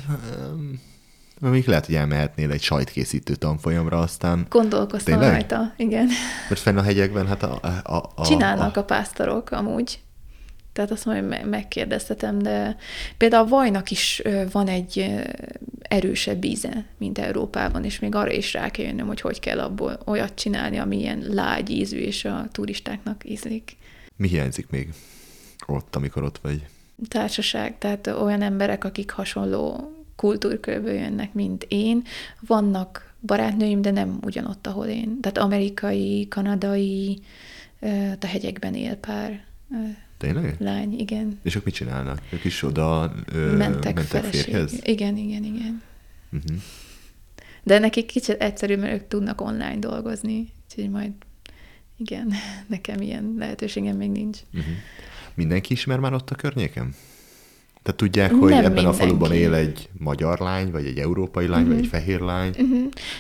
Még lehet, hogy elmehetnél egy sajtkészítő tanfolyamra, aztán... Gondolkoztam rajta, igen. Mert fenn a hegyekben, hát csinálnak a pásztorok amúgy. Tehát azt majd megkérdeztetem, de például a vajnak is van egy erősebb íze, mint Európában, és még arra is rá kell jönnöm, hogy kell abból olyat csinálni, ami ilyen lágy ízű, és a turistáknak ízlik. Mi hiányzik még ott, amikor ott vagy? Társaság, tehát olyan emberek, akik hasonló kultúrkörből jönnek, mint én. Vannak barátnőim, de nem ugyanott, ahol én. Tehát amerikai, kanadai, a hegyekben él pár Tényleg? lány, igen. És ők mit csinálnak? Ők is oda mentek férjhez? Igen. De nekik kicsit egyszerűbb, mert ők tudnak online dolgozni, úgyhogy majd igen, nekem ilyen lehetőségem még nincs. Mindenki ismer már ott a környéken? Tehát tudják, hogy nem ebben mindenki. A faluban él egy magyar lány, vagy egy európai lány, vagy egy fehér lány?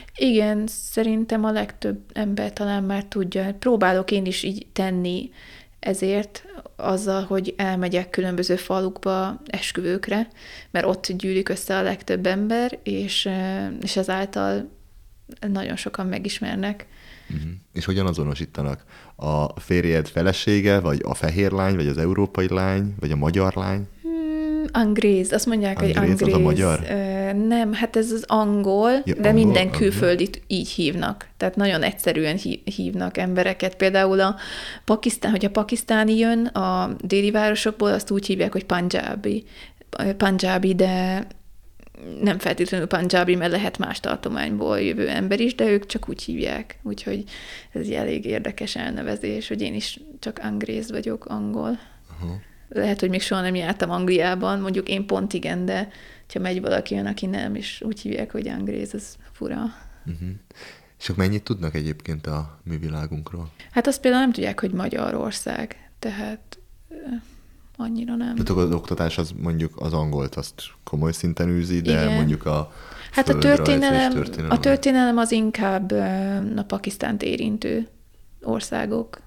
Igen, szerintem a legtöbb ember talán már tudja. Próbálok én is így tenni ezért azzal, hogy elmegyek különböző falukba esküvőkre, mert ott gyűlik össze a legtöbb ember, és ezáltal nagyon sokan megismernek. Uh-huh. És hogyan azonosítanak? A férjed felesége, vagy a fehér lány, vagy az európai lány, vagy a magyar lány? Angréz, azt mondják, hogy angréz. Az a magyar? Nem, hát ez az angol, ja, de angol, minden külföldit így hívnak. Tehát nagyon egyszerűen hívnak embereket. Például hogyha pakisztáni jön a déli városokból, azt úgy hívják, hogy Punjabi, de nem feltétlenül Punjabi, mert lehet más tartományból jövő ember is, de ők csak úgy hívják. Úgyhogy ez egy elég érdekes elnevezés, hogy én is csak angréz vagyok, angol. Uh-huh. Lehet, hogy még soha nem jártam Angliában, mondjuk én pont igen, de ha megy valaki jön, aki nem, és úgy hívják, hogy angréz, ez fura. Uh-huh. És akkor mennyit tudnak egyébként a mi világunkról? Hát azt például nem tudják, hogy Magyarország, tehát annyira nem. Tehát az oktatás az mondjuk az angolt azt komoly szinten űzi, de igen. Mondjuk a hát a történelem az inkább a Pakisztánt érintő országokra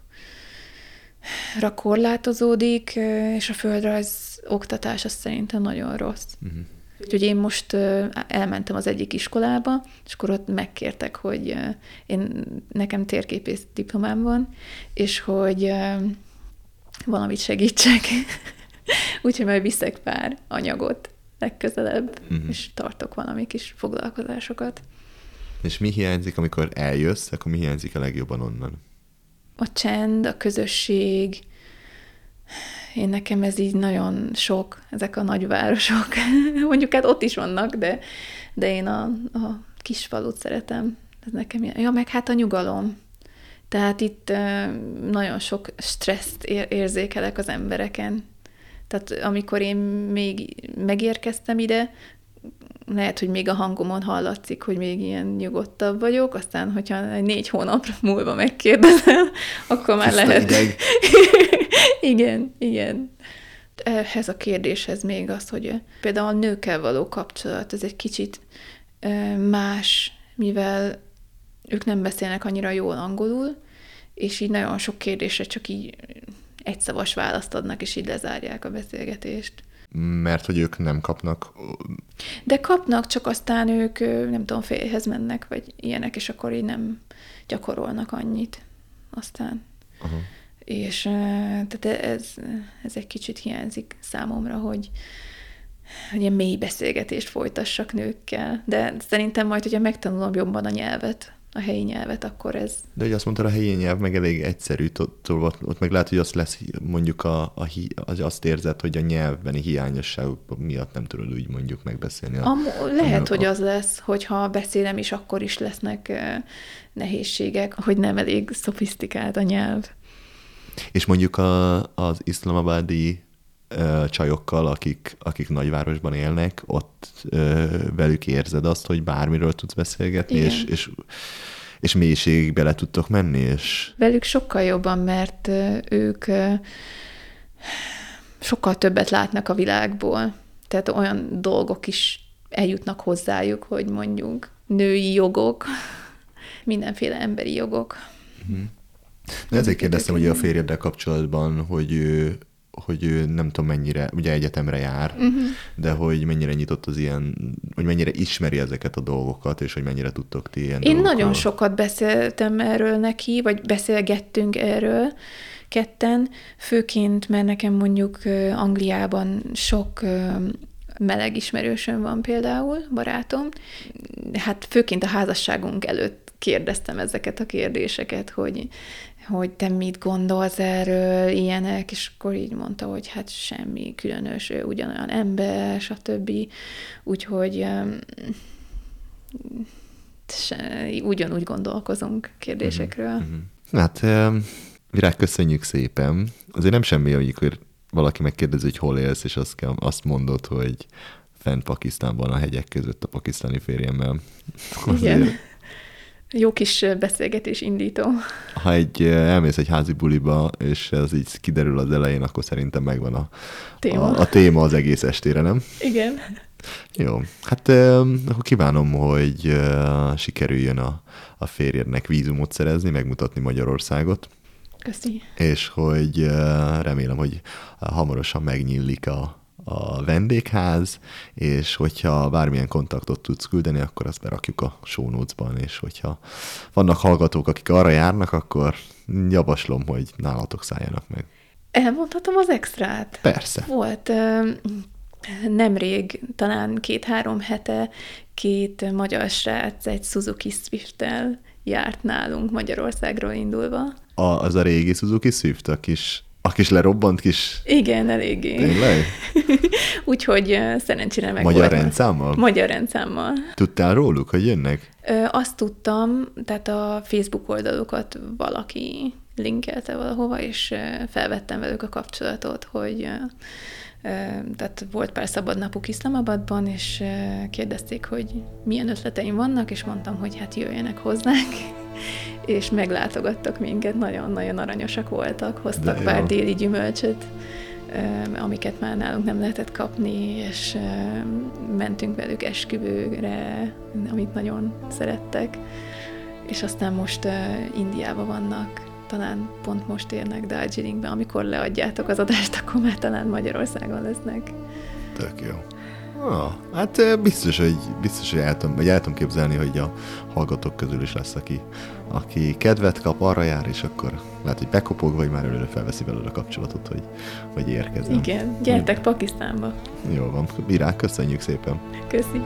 korlátozódik, és a földrajz oktatás az szerintem nagyon rossz. Uh-huh. Úgyhogy én most elmentem az egyik iskolába, és akkor ott megkértek, hogy nekem térképész diplomám van, és hogy valamit segítsek. Úgyhogy majd viszek pár anyagot legközelebb, és tartok valami kis foglalkozásokat. És mi hiányzik, amikor eljössz, akkor mi hiányzik a legjobban onnan? A csend, a közösség. Nekem ez így nagyon sok, ezek a nagyvárosok. Mondjuk hát ott is vannak, de én a kisfalut szeretem. Ez nekem meg hát a nyugalom. Tehát itt nagyon sok stresszt érzékelek az embereken. Tehát amikor én még megérkeztem ide, lehet, hogy még a hangomon hallatszik, hogy még ilyen nyugodtabb vagyok, aztán, hogyha 4 hónap múlva megkérdezel, akkor már tiszta lehet. Ideg. Igen. Ehhez a kérdéshez még az, hogy például a nőkkel való kapcsolat, ez egy kicsit más, mivel ők nem beszélnek annyira jól angolul, és így nagyon sok kérdésre csak így egyszavas választ adnak, és így lezárják a beszélgetést. Mert hogy ők nem kapnak? De kapnak, csak aztán ők, nem tudom, férjhez mennek, vagy ilyenek, és akkor így nem gyakorolnak annyit. Aztán. Aha. És tehát ez egy kicsit hiányzik számomra, hogy ilyen mély beszélgetést folytassak nőkkel. De szerintem majd, hogyha megtanulom jobban a nyelvet, a helyi nyelvet, akkor ez... De hogy azt mondtad, a helyi nyelv meg elég egyszerű, ott meg lehet, hogy az lesz mondjuk azt érzed, hogy a nyelvbeni hiányosságok miatt nem tudod úgy mondjuk megbeszélni. Lehet, hogy az lesz, hogyha beszélem is, akkor is lesznek nehézségek, hogy nem elég szofisztikált a nyelv. És mondjuk az iszlamabadi csajokkal, akik nagyvárosban élnek, ott velük érzed azt, hogy bármiről tudsz beszélgetni, és mélységig bele tudtok menni? És... Velük sokkal jobban, mert ők sokkal többet látnak a világból. Tehát olyan dolgok is eljutnak hozzájuk, hogy mondjuk női jogok, mindenféle emberi jogok. De ezért kérdeztem, hogy a férjeddel kapcsolatban, hogy ő nem tudom mennyire, ugye egyetemre jár, de hogy mennyire nyitott az ilyen, hogy mennyire ismeri ezeket a dolgokat, és hogy mennyire tudtok ti ilyen Én nagyon sokat beszéltem erről neki, vagy beszélgettünk erről ketten, főként, mert nekem mondjuk Angliában sok meleg ismerősöm van például, barátom. Hát főként a házasságunk előtt kérdeztem ezeket a kérdéseket, hogy te mit gondolsz erről, ilyenek, és akkor így mondta, hogy hát semmi különös, ő ugyanolyan ember, stb. Úgyhogy ugyanúgy gondolkozunk kérdésekről. Hát, Virág, köszönjük szépen. Azért nem semmi, amikor valaki megkérdezi, hogy hol élsz, és azt mondod, hogy fent Pakisztánban, a hegyek között a pakisztáni férjemmel. Igen. Jó kis beszélgetés indító. Ha elmész egy házi buliba, és ez így kiderül az elején, akkor szerintem megvan a téma az egész estére, nem? Igen. Jó. Hát akkor kívánom, hogy sikerüljön a férjednek vízumot szerezni, megmutatni Magyarországot. Köszi. És hogy remélem, hogy hamarosan megnyílik a vendégház, és hogyha bármilyen kontaktot tudsz küldeni, akkor azt berakjuk a show notes-ban, és hogyha vannak hallgatók, akik arra járnak, akkor javaslom, hogy nálatok szálljanak meg. Elmondhatom az extrát? Persze. Volt nemrég, talán 2-3 hete 2 magyar srác egy Suzuki Swift-tel járt nálunk Magyarországról indulva. Az a régi Suzuki Swift, a kis lerobbant kis... Igen, eléggé. Tényleg? Úgyhogy szerencsére meg Magyar rendszámmal? Magyar rendszámmal. Tudtál róluk, hogy jönnek? Azt tudtam, tehát a Facebook oldalukat valaki linkelte valahova, és felvettem velük a kapcsolatot, hogy tehát volt pár szabad napuk Iszlamabadban, és kérdezték, hogy milyen ötleteim vannak, és mondtam, hogy hát jöjjenek hozzánk, és meglátogattak minket, nagyon-nagyon aranyosak voltak, hoztak pár déli gyümölcsöt, amiket már nálunk nem lehetett kapni, és mentünk velük esküvőre, amit nagyon szerettek, és aztán most Indiában vannak, talán pont most érnek Darjeelingbe, amikor leadjátok az adást, akkor már talán Magyarországon lesznek. Tök jó. Hát biztos, hogy el tudom képzelni, hogy a hallgatók közül is lesz, aki kedvet kap, arra jár, és akkor lehet, hogy bekopog, vagy már előre felveszi belőle a kapcsolatot, hogy érkezem. Igen, gyertek Pakisztánba. Jó van, Virág, köszönjük szépen. Köszi.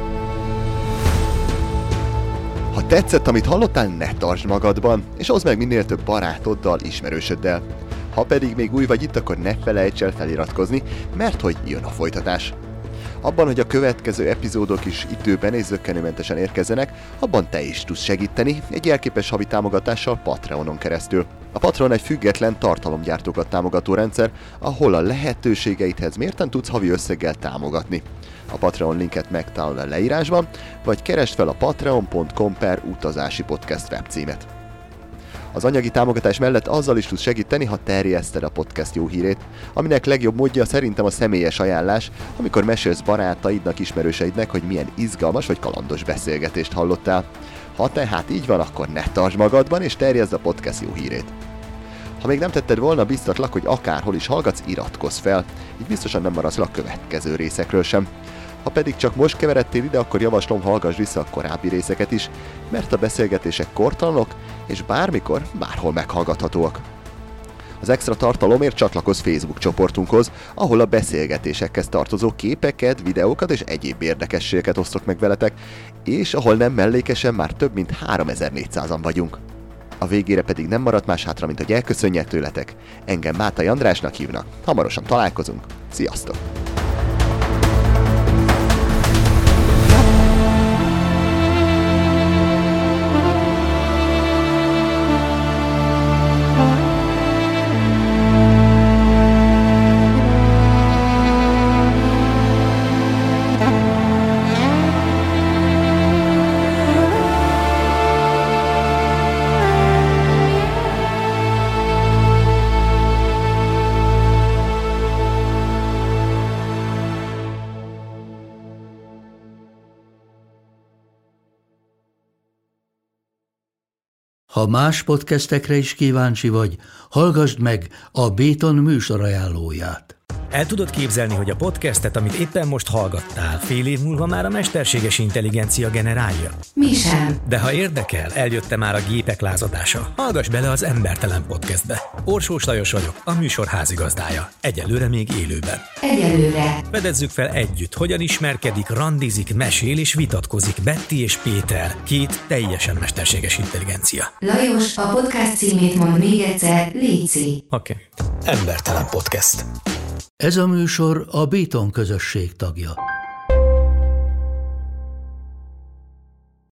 Ha tetszett, amit hallottál, ne tartsd magadban, és hozd meg minél több barátoddal, ismerősöddel. Ha pedig még új vagy itt, akkor ne felejts el feliratkozni, mert hogy jön a folytatás. Abban, hogy a következő epizódok is időben és zökkenőmentesen érkezzenek, abban te is tudsz segíteni egy jelképes havi támogatással Patreonon keresztül. A Patreon egy független tartalomgyártókat támogató rendszer, ahol a lehetőségeidhez mérten tudsz havi összeggel támogatni. A Patreon linket megtalálod a leírásban, vagy keresd fel a patreon.com/utazási podcast webcímet. Az anyagi támogatás mellett azzal is tudsz segíteni, ha terjeszted a podcast jó hírét, aminek legjobb módja szerintem a személyes ajánlás, amikor mesélsz barátaidnak, ismerőseidnek, hogy milyen izgalmas vagy kalandos beszélgetést hallottál. Ha tehát így van, akkor ne tartsd magadban, és terjeszd a podcast jó hírét. Ha még nem tetted volna, biztatlak, hogy akárhol is hallgatsz, iratkozz fel, így biztosan nem maradsz le a következő részekről sem. Ha pedig csak most keveredtél ide, akkor javaslom, hallgass vissza a korábbi részeket is, mert a beszélgetések kortalanok, és bármikor, bárhol meghallgathatóak. Az extra tartalomért csatlakozz Facebook csoportunkhoz, ahol a beszélgetésekhez tartozó képeket, videókat és egyéb érdekességeket osztok meg veletek, és ahol nem mellékesen már több mint 3400-an vagyunk. A végére pedig nem maradt más hátra, mint hogy elköszönjek tőletek. Engem Mátai Andrásnak hívnak. Hamarosan találkozunk. Sziasztok! Ha más podcastekre is kíváncsi vagy, hallgassd meg a Béton műsor ajánlóját. El tudod képzelni, hogy a podcastet, amit éppen most hallgattál, fél év múlva már a mesterséges intelligencia generálja? Mi sem. De ha érdekel, eljött már a gépek lázadása. Hallgass bele az Embertelen Podcastbe. Orsós Lajos vagyok, a műsor házigazdája. Egyelőre még élőben. Egyelőre. Fedezzük fel együtt, hogyan ismerkedik, randizik, mesél és vitatkozik Betty és Péter, 2 teljesen mesterséges intelligencia. Lajos, a podcast címét mond még egyszer, léci. Oké. Embertelen Podcast. Ez a műsor a Béton közösség tagja.